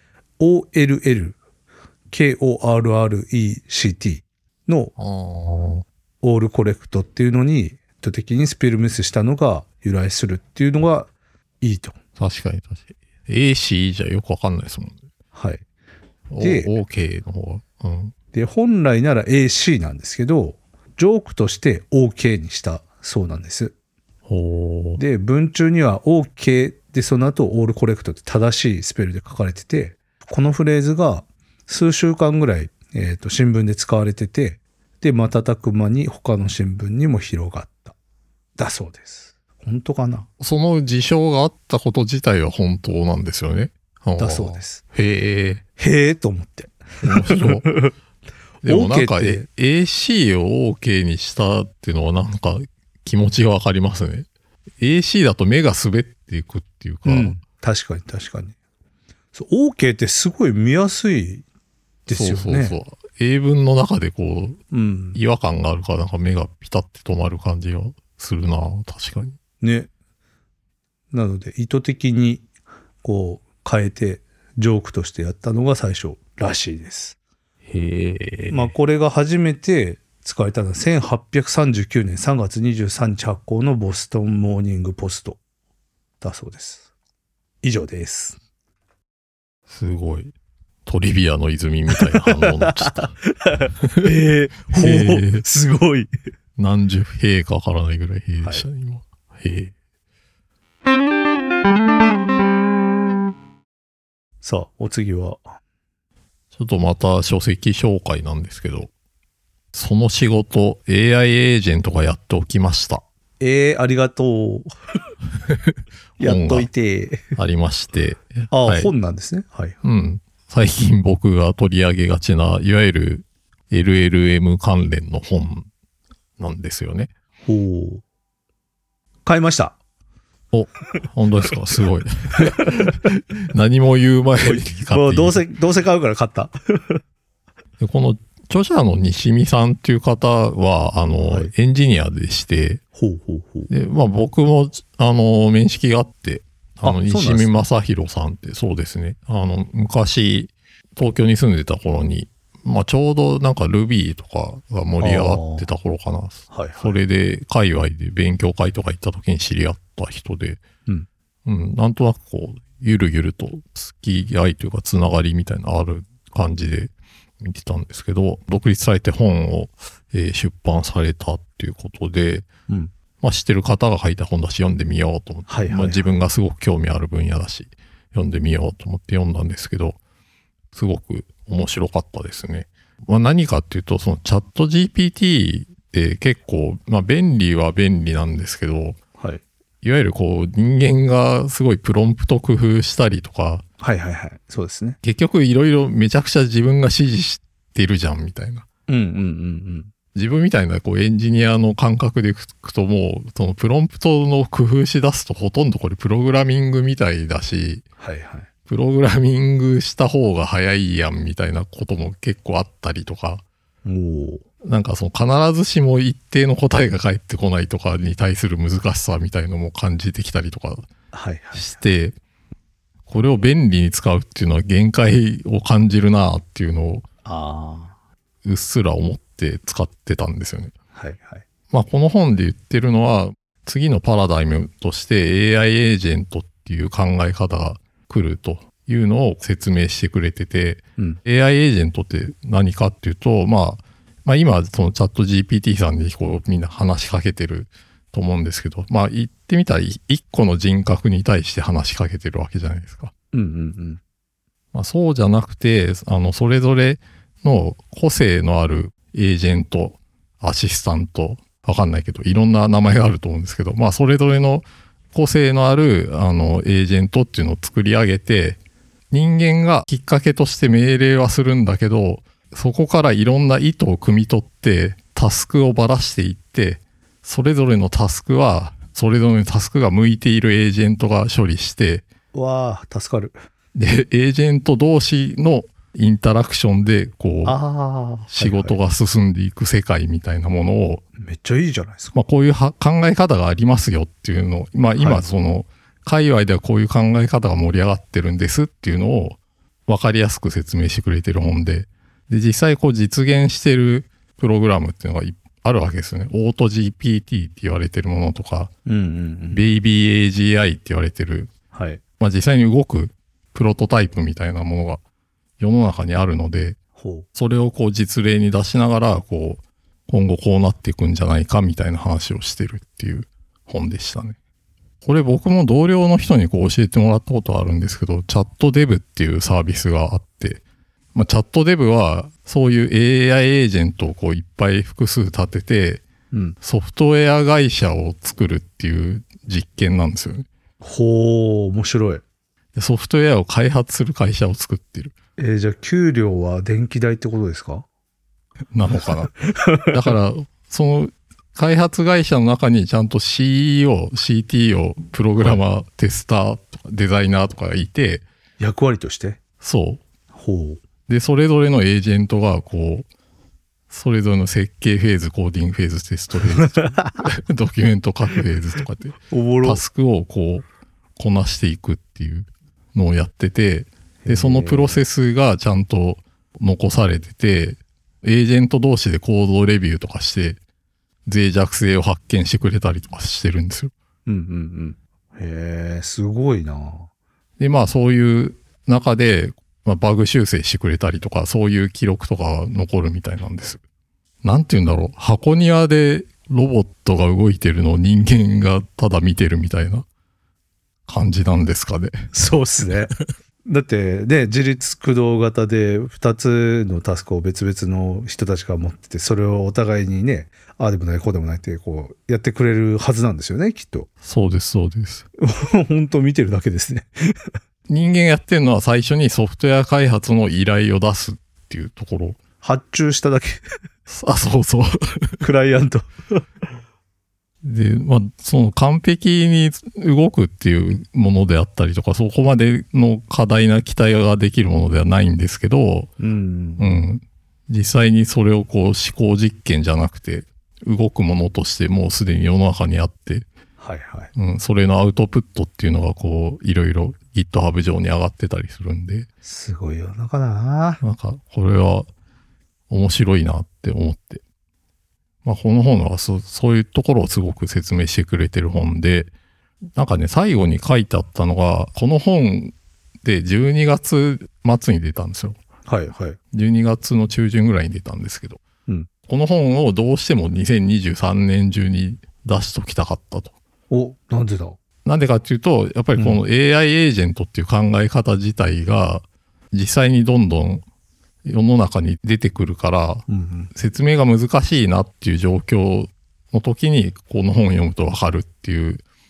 OLLKORRECT のオールコレクトっていうのに意図的にスペルミスしたのが由来するっていうのがいいと。 確かに。AC じゃよくわかんないですもんね。 はい。 で、OK の方が。うん。 で、本来なら AC なんですけど、ジョークとして OK にしたそうなんです。で、文中には OK でその後オールコレクトって正しいスペルで書かれてて、このフレーズが数週間ぐらい、新聞で使われてて、で、瞬く間に他の新聞にも広がった。だそうです。本当かな？ その事象があったこと自体は本当なんですよね。 だそうです。 へえと思って。 面白い。でもなんか、AC を OK にしたっていうのはなんか気持ちがわかりますね。AC だと目が滑っていくっていうか。 うん、確かに。そう、OK ってすごい見やすいですよね。 そう。英文の中でこう、 うん、 違和感があるからなんか目がピタッて止まる感じがするな、確かに。ね。 なので意図的にこう変えてジョークとしてやったのが最初らしいです。まあこれが初めて使われたのは1839年3月23日発行のボストンモーニングポストだそうです。以上です。 すごい。トリビアの泉みたいな反応になっちゃった。 すごい。 何十兵かわからないぐらい兵でしたね、今。 さあ、お次は。 ちょっとまた書籍紹介なんですけど、その仕事、AI エージェントがやっておきました。 ありがとう。やっといて。 ありまして。 はい、本なんですね。はい。 うん。最近僕が取り上げがちな、いわゆる LLM 関連の本なんですよね。 買いました。 お、本当ですか？すごい。何も言う前に買っていい。 どうせ買うから買った。 でこの著者の西見さんっていう方は、はい、エンジニアでして、で、まあ僕も、面識があって、西見正弘さんって、そうですね。昔、東京に住んでた頃に、まあちょうどなんか Ruby とかが盛り上がってた頃かな。はいはい、それで、界隈で勉強会とか行った時に知り合った人で、なんとなくこう、ゆるゆると付き合いというかつながりみたいなある感じで見てたんですけど、独立されて本を、出版されたっていうことで、まあ知ってる方が書いた本だし読んでみようと思って、まあ自分がすごく興味ある分野だし、読んでみようと思って読んだんですけど、すごく面白かったですね。まあ何かっていうと、そのチャット GPT って結構、まあ便利は便利なんですけど、 いわゆるこう人間がすごいプロンプト工夫したりとか、 はいはいはい。そうですね。 結局いろいろめちゃくちゃ自分が指示してるじゃんみたいな。 うんうんうんうん。 自分みたいなこうエンジニアの感覚でいくともうそのプロンプトの工夫しだすとほとんどこれプログラミングみたいだし、 はいはい。 プログラミングした方が早いやんみたいなことも結構あったりとか、なんかその必ずしも一定の答えが返ってこないとかに対する難しさみたいのも感じてきたりとかして、これを便利に使うっていうのは限界を感じるなっていうのをうっすら思って使ってたんですよね。 はいはい。 まあこの本で言ってるのは次のパラダイムとして AI エージェントっていう考え方が来るというのを説明してくれてて、AI エージェントって何かっていうと、まあ今そのチャット GPT さんにこうみんな話しかけてると思うんですけど、まあ言ってみたら一個の人格に対して話しかけてるわけじゃないですか。まあそうじゃなくて、それぞれの個性のあるエージェント、アシスタント、わかんないけど、いろんな名前があると思うんですけど、まあそれぞれの個性のあるエージェントっていうのを作り上げて、人間がきっかけとして命令はするんだけど、そこからいろんな意図を汲み取ってタスクをばらしていって、それぞれのタスクはそれぞれのタスクが向いているエージェントが処理して、 わあ、助かる。 でエージェント同士のインタラクションでこう仕事が進んでいく世界みたいなものを、 めっちゃいいじゃないですか。 まあこういう考え方がありますよっていうのを、まあ今その界隈ではこういう考え方が盛り上がってるんですっていうのを分かりやすく説明してくれてる本で、で実際こう実現してるプログラムっていうのがあるわけですよね。オート GPT って言われてるものとか、ベイビー AGI って言われてる、まあ実際に動くプロトタイプみたいなものが世の中にあるので、それをこう実例に出しながら、こう、今後こうなっていくんじゃないかみたいな話をしてるっていう本でしたね。これ僕も同僚の人にこう教えてもらったことあるんですけど、チャットデブっていうサービスがあって、まあ、チャットデブはそういう AI エージェントをこういっぱい複数立てて、ソフトウェア会社を作るっていう実験なんですよね。 面白い。 ソフトウェアを開発する会社を作ってる。 じゃあ給料は電気代ってことですか？ なのかな。だから、その開発会社の中にちゃんと CEO、CTO、プログラマー、テスターとかデザイナーとかがいて、 役割として？ そう。で、それぞれのエージェントがこう、それぞれの設計フェーズ、コーディングフェーズ、テストフェーズ、ドキュメント書くフェーズとかってタスクをこうこなしていくっていうのをやってて、でそのプロセスがちゃんと残されてて、エージェント同士でコードレビューとかして脆弱性を発見してくれたりとかしてるんですよ。 へえ、すごいな。 でまあそういう中で、まあ、バグ修正してくれたりとか、そういう記録とかが残るみたいなんです。なんて言うんだろう、箱庭でロボットが動いてるのを人間がただ見てるみたいな感じなんですかね。 そうっすね。だってね、自律駆動型で2つのタスクを別々の人たちが持ってて、それをお互いにね、ああでもないこうでもないってこうやってくれるはずなんですよね、きっと。 そうですそうです。 本当見てるだけですね。 人間やってるのは最初にソフトウェア開発の依頼を出すっていうところ。 発注しただけ。 あ、そうそう。 クライアント。 で、まあ、その完璧に動くっていうものであったりとか、そこまでの過大な期待ができるものではないんですけど、実際にそれをこう思考実験じゃなくて、動くものとしてもうすでに世の中にあって、それのアウトプットっていうのがこう、いろいろ GitHub 上に上がってたりするんで。 すごい世の中だな。 なんか、これは面白いなって思って。まあ、この本はそういうところをすごく説明してくれてる本で、なんかね、最後に書いてあったのが、この本で12月末に出たんですよ。12月の中旬ぐらいに出たんですけど、この本をどうしても2023年中に出しときたかったと。 なんでだ？ なんでかっていうと、やっぱりこの AI エージェントっていう考え方自体が、実際にどんどん世の中に出てくるから、説明が難しいなっていう状況の時にこの本を読むとわかるっていう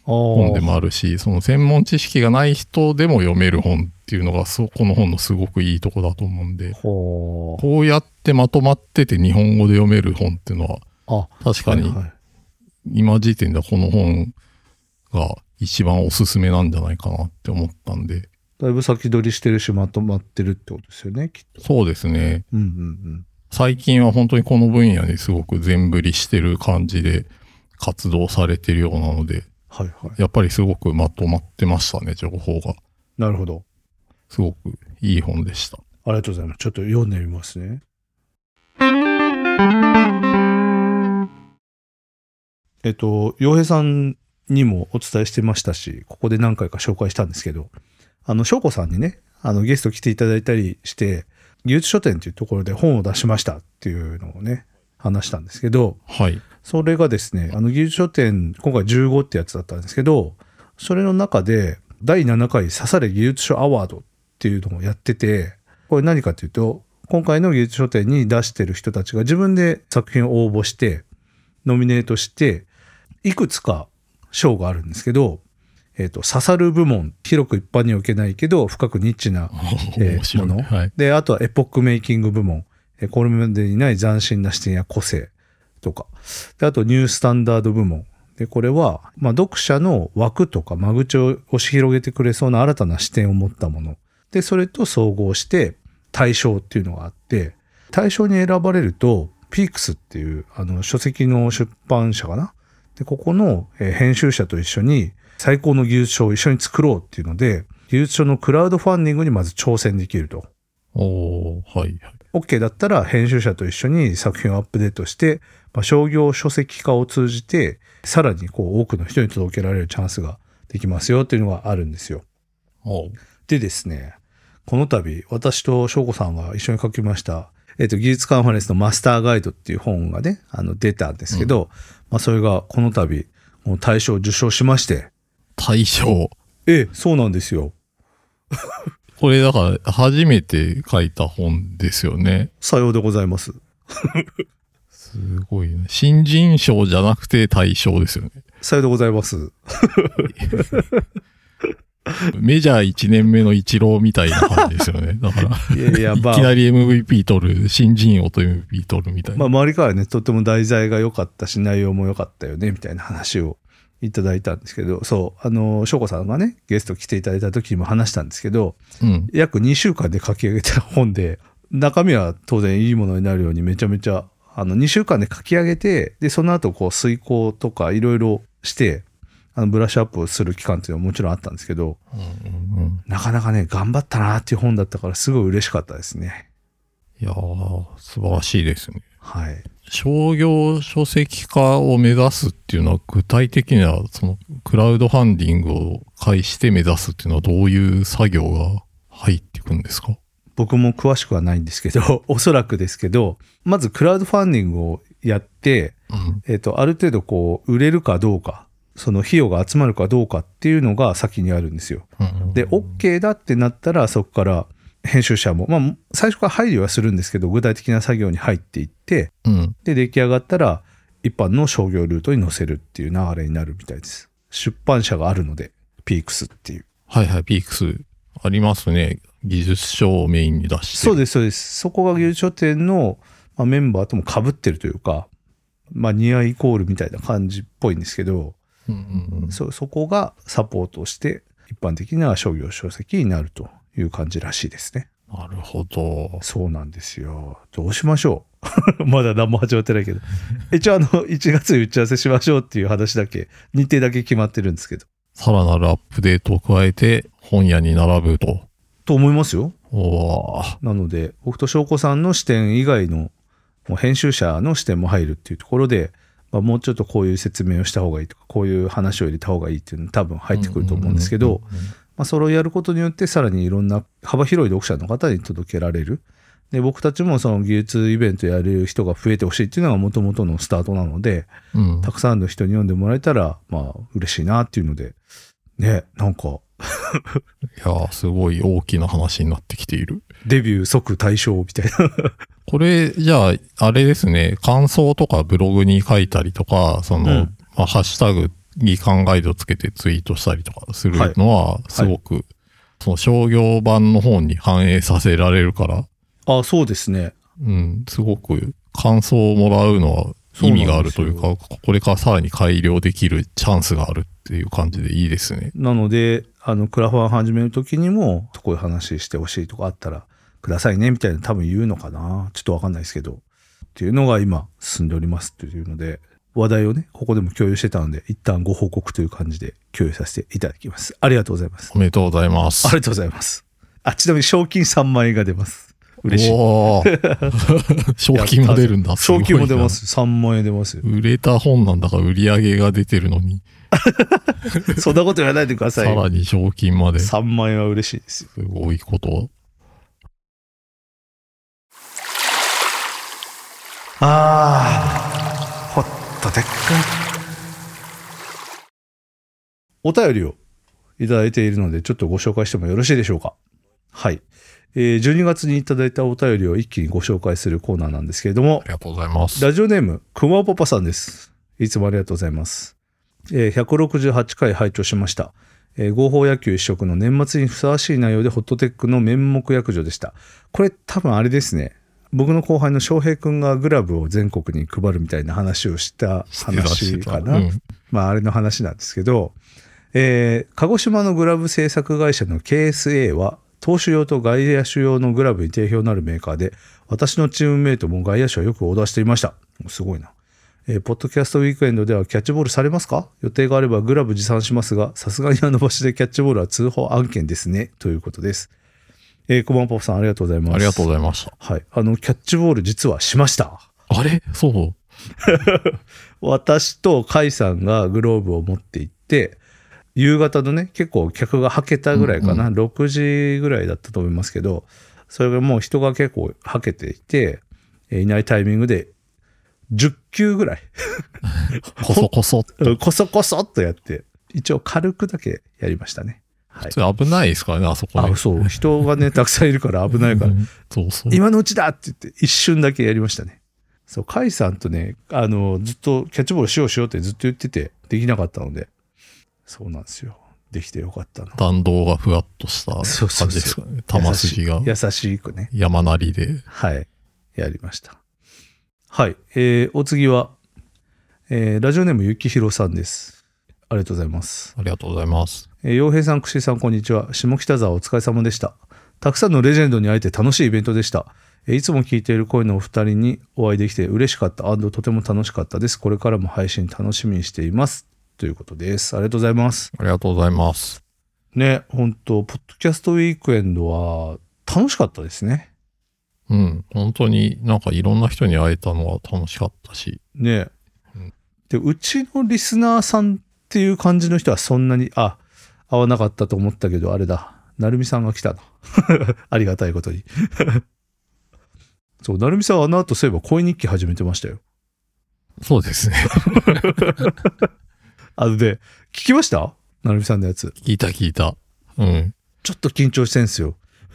本でもあるし、その専門知識がない人でも読める本っていうのがこの本のすごくいいとこだと思うんで、こうやってまとまってて日本語で読める本っていうのは確かに今時点ではこの本が一番おすすめなんじゃないかなって思ったんで、 だいぶ先取りしてるしまとまってるってことですよね、きっと。 そうですね。 うんうんうん。 最近は本当にこの分野にすごく全振りしてる感じで活動されてるようなので、 はいはい。 やっぱりすごくまとまってましたね、情報が。 なるほど。 すごくいい本でした。 ありがとうございます。ちょっと読んでみますね。洋平さんにもお伝えしてましたし、ここで何回か紹介したんですけど、翔子さんにね、ゲスト来ていただいたりして、技術書店というところで本を出しましたっていうのをね、話したんですけど、 はい。 それがですね、技術書店、今回15ってやつだったんですけど、それの中で、第7回刺され技術書アワードっていうのをやってて、これ何かというと、今回の技術書店に出してる人たちが自分で作品を応募して、ノミネートして、いくつか賞があるんですけど、刺さる部門、広く一般には受けないけど、深くニッチな、もの、 はい。 で、あとはエポックメイキング部門、これまでにない斬新な視点や個性とか、で、あとニュースタンダード部門。で、これは、読者の枠とか間口を押し広げてくれそうな新たな視点を持ったもの。で、それと総合して大賞っていうのがあって、大賞に選ばれると、ピークスっていう、書籍の出版社かな。で、ここの編集者と一緒に最高の技術書を一緒に作ろうっていうので、技術書のクラウドファンディングにまず挑戦できると。 はいはい。 OK だったら編集者と一緒に作品をアップデートして、商業書籍化を通じて、さらに多くの人に届けられるチャンスができますよっていうのがあるんですよ。でですね、この度、私と翔子さんが一緒に書きました、技術カンファレンスのマスターガイドっていう本がね、出たんですけど、それがこの度、もう大賞を受賞しまして。 大賞。 そうなんですよ。 これだから初めて書いた本ですよね。 さようでございます。 すごいね。新人賞じゃなくて大賞ですよね。 さようでございます。 メジャー1年目のイチローみたいな感じですよね。だから、いきなり MVP 取る、新人王と MVP 取るみたいな。 周りからね、とっても題材が良かったし、内容も良かったよね、みたいな話をいただいたんですけど、そう、翔子さんがね、ゲスト来ていただいた時にも話したんですけど、約2週間で書き上げた本で、中身は当然いいものになるようにめちゃめちゃ、2週間で書き上げて、で、その後遂行とかいろいろして、ブラッシュアップをする期間っていうのはもちろんあったんですけど、なかなかね、頑張ったなっていう本だったからすごい嬉しかったですね。 いやー、素晴らしいですね。 はい。 商業書籍化を目指すっていうのは具体的にはそのクラウドファンディングを介して目指すっていうのはどういう作業が入っていくんですか？ 僕も詳しくはないんですけど、おそらくですけど、まずクラウドファンディングをやって、ある程度売れるかどうか、その費用が集まるかどうかっていうのが先にあるんですよ。で、OK だってなったらそこから編集者も、最初から配慮はするんですけど、具体的な作業に入っていって、で、出来上がったら一般の商業ルートに載せるっていう流れになるみたいです。出版社があるので、ピークスっていう。 はいはい、ピークスありますね。技術書をメインに出して。 そうです、そうです。そこが技術書店のメンバーとも被ってるというか、ニアイコールみたいな感じっぽいんですけど、そこがサポートして一般的な商業書籍になるという感じらしいですね。 なるほど。 そうなんですよ。どうしましょうまだ何も始まってないけど。一応1月に打ち合わせしましょうっていう話だけ、日程だけ決まってるんですけど。 さらなるアップデートを加えて本屋に並ぶと。 と思いますよ。 おー。 なので、僕と翔子さんの視点以外のもう編集者の視点も入るっていうところで、もうちょっとこういう説明をした方がいいとか、こういう話を入れた方がいいっていうの多分入ってくると思うんですけど、それをやることによってさらにいろんな幅広い読者の方に届けられる。で、僕たちもその技術イベントやる人が増えてほしいっていうのが元々のスタートなので、たくさんの人に読んでもらえたら、嬉しいなっていうので、ね、なんか。 いやー、すごい大きな話になってきている。 デビュー即大賞みたいな。 これ、じゃあ、あれですね、感想とかブログに書いたりとか、ハッシュタグ技官ガイドつけてツイートしたりとかするのは、すごく、その商業版の方に反映させられるから、 あ、そうですね。 うん、すごく感想をもらうのは意味があるというか、これからさらに改良できるチャンスがあるっていう感じでいいですね。 なので、クラファン始めるときにも、こういう話してほしいとかあったら、くださいね、みたいな多分言うのかな。ちょっとわかんないですけど。っていうのが今進んでおりますというので、話題をね、ここでも共有してたので、一旦ご報告という感じで共有させていただきます。ありがとうございます。 おめでとうございます。 ありがとうございます。あ、ちなみに賞金3万円が出ます。嬉しい。 賞金も出るんだ。 賞金も出ます。3万円出ます。 売れた本なんだから売り上げが出てるのに。 そんなこと言わないでください。 さらに賞金まで。 3万円は嬉しいですよ。 すごいこと。 ホットテック。お便りをいただいているので、ちょっとご紹介してもよろしいでしょうか。はい。12月にいただいたお便りを一気にご紹介するコーナーなんですけれども。 ありがとうございます。 ラジオネーム、くまパパさんです。いつもありがとうございます。168回拝聴しました。合法野球一色の年末にふさわしい内容でホットテックの面目躍如でした。これ多分あれですね。僕の後輩の翔平くんがグラブを全国に配るみたいな話をした話かな。まああれの話なんですけど、鹿児島のグラブ製作会社の KSA は投手用と外野手用のグラブに定評のあるメーカーで、私のチームメイトも外野手はよくオーダーしていました。すごいな。ポッドキャストウィークエンドではキャッチボールされますか？予定があればグラブ持参しますが、さすがにあの場所でキャッチボールは通報案件ですね。ということです。コマンパパさんありがとうございます。 ありがとうございました。 はい。キャッチボール実はしました。 あれ？そう私とカイさんがグローブを持って行って、夕方のね、結構客がはけたぐらいかな、6時ぐらいだったと思いますけど、それがもう人が結構はけていて、いないタイミングで、10球ぐらい。 こそこそっと。 こそこそっとやって、一応軽くだけやりましたね。 はい、普通危ないですからね、あそこね。 そう。人がね、たくさんいるから危ないから。 そうそう。 今のうちだって言って、一瞬だけやりましたね。そう、カイさんとね、ずっとキャッチボールしようってずっと言ってて、できなかったので、そうなんですよ。できてよかったの。 弾道がふわっとした感じですかね。球筋が。 優しくね。 山なりで。 はい。やりました。はい。お次は、ラジオネームゆきひろさんです。ありがとうございます。 ありがとうございます。 洋平さん、くしさん、こんにちは。下北沢お疲れ様でした。たくさんのレジェンドに会えて楽しいイベントでした。いつも聞いている声のお二人にお会いできて嬉しかった。とても楽しかったです。これからも配信楽しみにしています。ということです。ありがとうございます。 ありがとうございます。 ね、本当ポッドキャストウィークエンドは楽しかったですね。 うん、本当になんかいろんな人に会えたのは楽しかったし。 ね、で、うちのリスナーさんっていう感じの人はそんなに、会わなかったと思ったけど、あれだ。なるみさんが来たな。ありがたいことに。そう、なるみさんはあの後そういえば声日記始めてましたよ。 そうですね。 で、聞きました？なるみさんのやつ。 聞いた。うん。 ちょっと緊張してんすよ。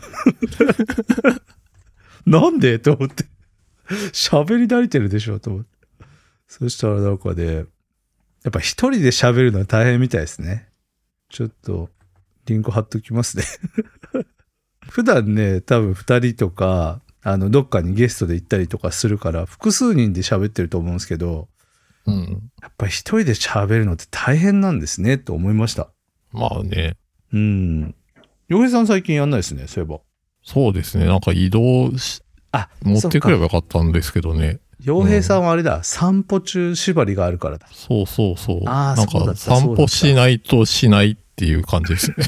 なんでと思って。喋り慣れてるでしょと思って。そしたらなんかね、やっぱ一人で喋るのは大変みたいですね。ちょっと、リンク貼っときますね。普段ね、多分二人とか、どっかにゲストで行ったりとかするから、複数人で喋ってると思うんですけど、 うん。 やっぱり一人で喋るのって大変なんですね、と思いました。 まあね。 うん。洋平さん最近やんないですね、そういえば。 そうですね。なんか移動持ってくればよかったんですけどね。 洋平さんはあれだ、散歩中縛りがあるからだ。 そう。 なんか散歩しないとしないっていう感じですね。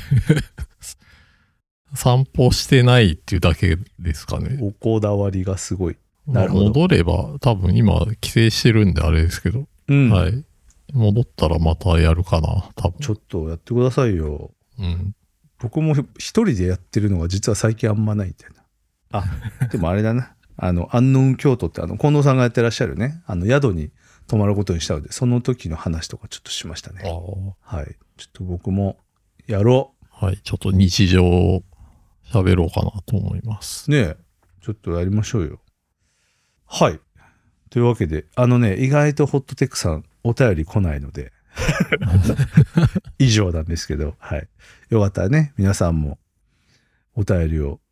散歩してないっていうだけですかね。 おこだわりがすごい。なるほど。 戻れば、多分今帰省してるんであれですけど。 うん。 はい。戻ったらまたやるかな、多分。 ちょっとやってくださいよ。 うん。 僕も一人でやってるのが実は最近あんまないみたいな。でもあれだな。安納京都って近藤さんがやってらっしゃるね。宿に泊まることにしたので、その時の話とかちょっとしましたね。はい。ちょっと僕もやろう。はい。ちょっと日常を喋ろうかなと思います。 ねえ。ちょっとやりましょうよ。はい。というわけで、意外とホットテックさんお便り来ないので、 以上なんですけど、はい。よかったらね、皆さんもお便りを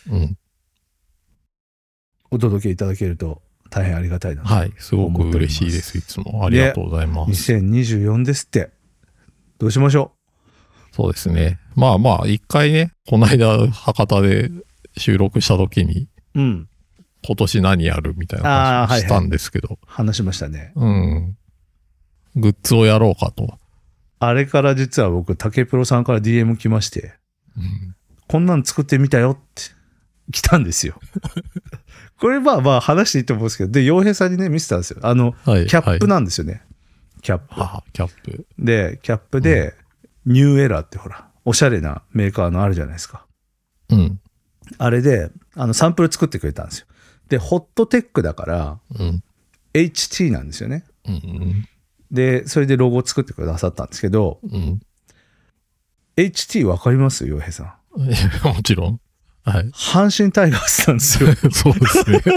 お届けいただけると大変ありがたいなと思っております。 はい、すごく嬉しいです。いつもありがとうございます。 2024ですって。どうしましょう。そうですね。まあ一回ね、この間博多で収録した時に、今年何やるみたいな話をしたんですけど、 話しましたね。 グッズをやろうかと。 あれから実は僕、竹プロさんから DM 来まして、こんなん作ってみたよって来たんですよ。これまあ話していいと思うんですけど、で、洋平さんにね、見せたんですよ。キャップなんですよね。キャップ。 キャップ。 で、キャップで、ニューエラーってほら、おしゃれなメーカーのあるじゃないですか。あれで、サンプル作ってくれたんですよ。で、ホットテックだから、HT なんですよね。で、それでロゴを作ってくださったんですけど、HT わかります洋平さん。 もちろん。はい。 阪神タイガースなんですよ。 そうですね。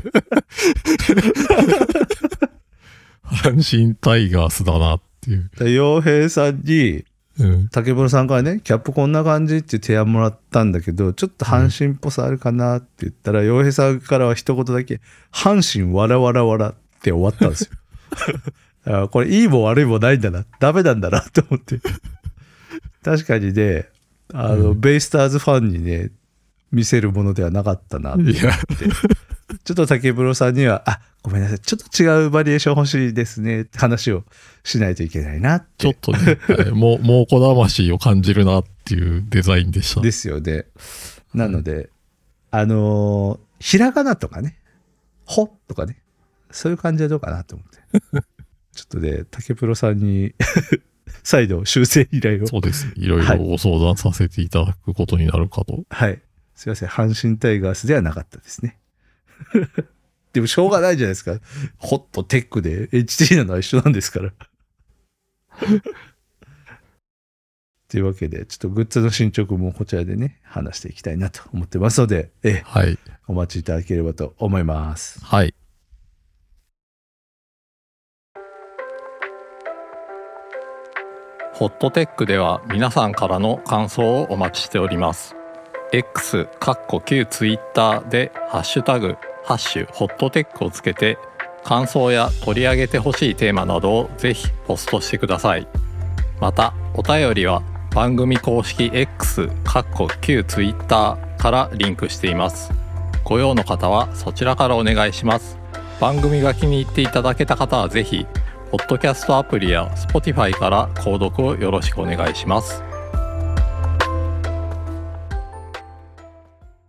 阪神タイガースだなっていう。 洋平さんに、竹室さんからね、キャップこんな感じっていう提案もらったんだけど、ちょっと阪神っぽさあるかなって言ったら、洋平さんからは一言だけ、阪神わらわらわらって終わったんですよ。だからこれいいも悪いもないんだな、ダメなんだなと思って。確かにね、ベイスターズファンにね、見せるものではなかったなって思って。ちょっと竹室さんには、ごめんなさい、ちょっと違うバリエーション欲しいですねって話をしないといけないなって。 ちょっとね、猛虎魂を感じるなっていうデザインでした。 ですよね。なので、ひらがなとかね、ほとかね、そういう感じはどうかなと思って。ちょっとね、竹プロさんに再度修正依頼を。 そうです。いろいろご相談させていただくことになるかと。 はい。すいません。阪神タイガースではなかったですね。でもしょうがないじゃないですか。ホットテックで HT なのは一緒なんですから。というわけで、ちょっとグッズの進捗もこちらでね、話していきたいなと思ってますので、 はい、 お待ちいただければと思います。 はい。ホットテックでは皆さんからの感想をお待ちしております。X、旧 Twitter でハッシュタグ、ハッシュホットテックをつけて、感想や取り上げてほしいテーマなどをぜひポストしてください。また、お便りは番組公式 X、旧 Twitter からリンクしています。ご用の方はそちらからお願いします。番組が気に入っていただけた方はぜひ、ポッドキャストアプリや Spotify から購読をよろしくお願いします。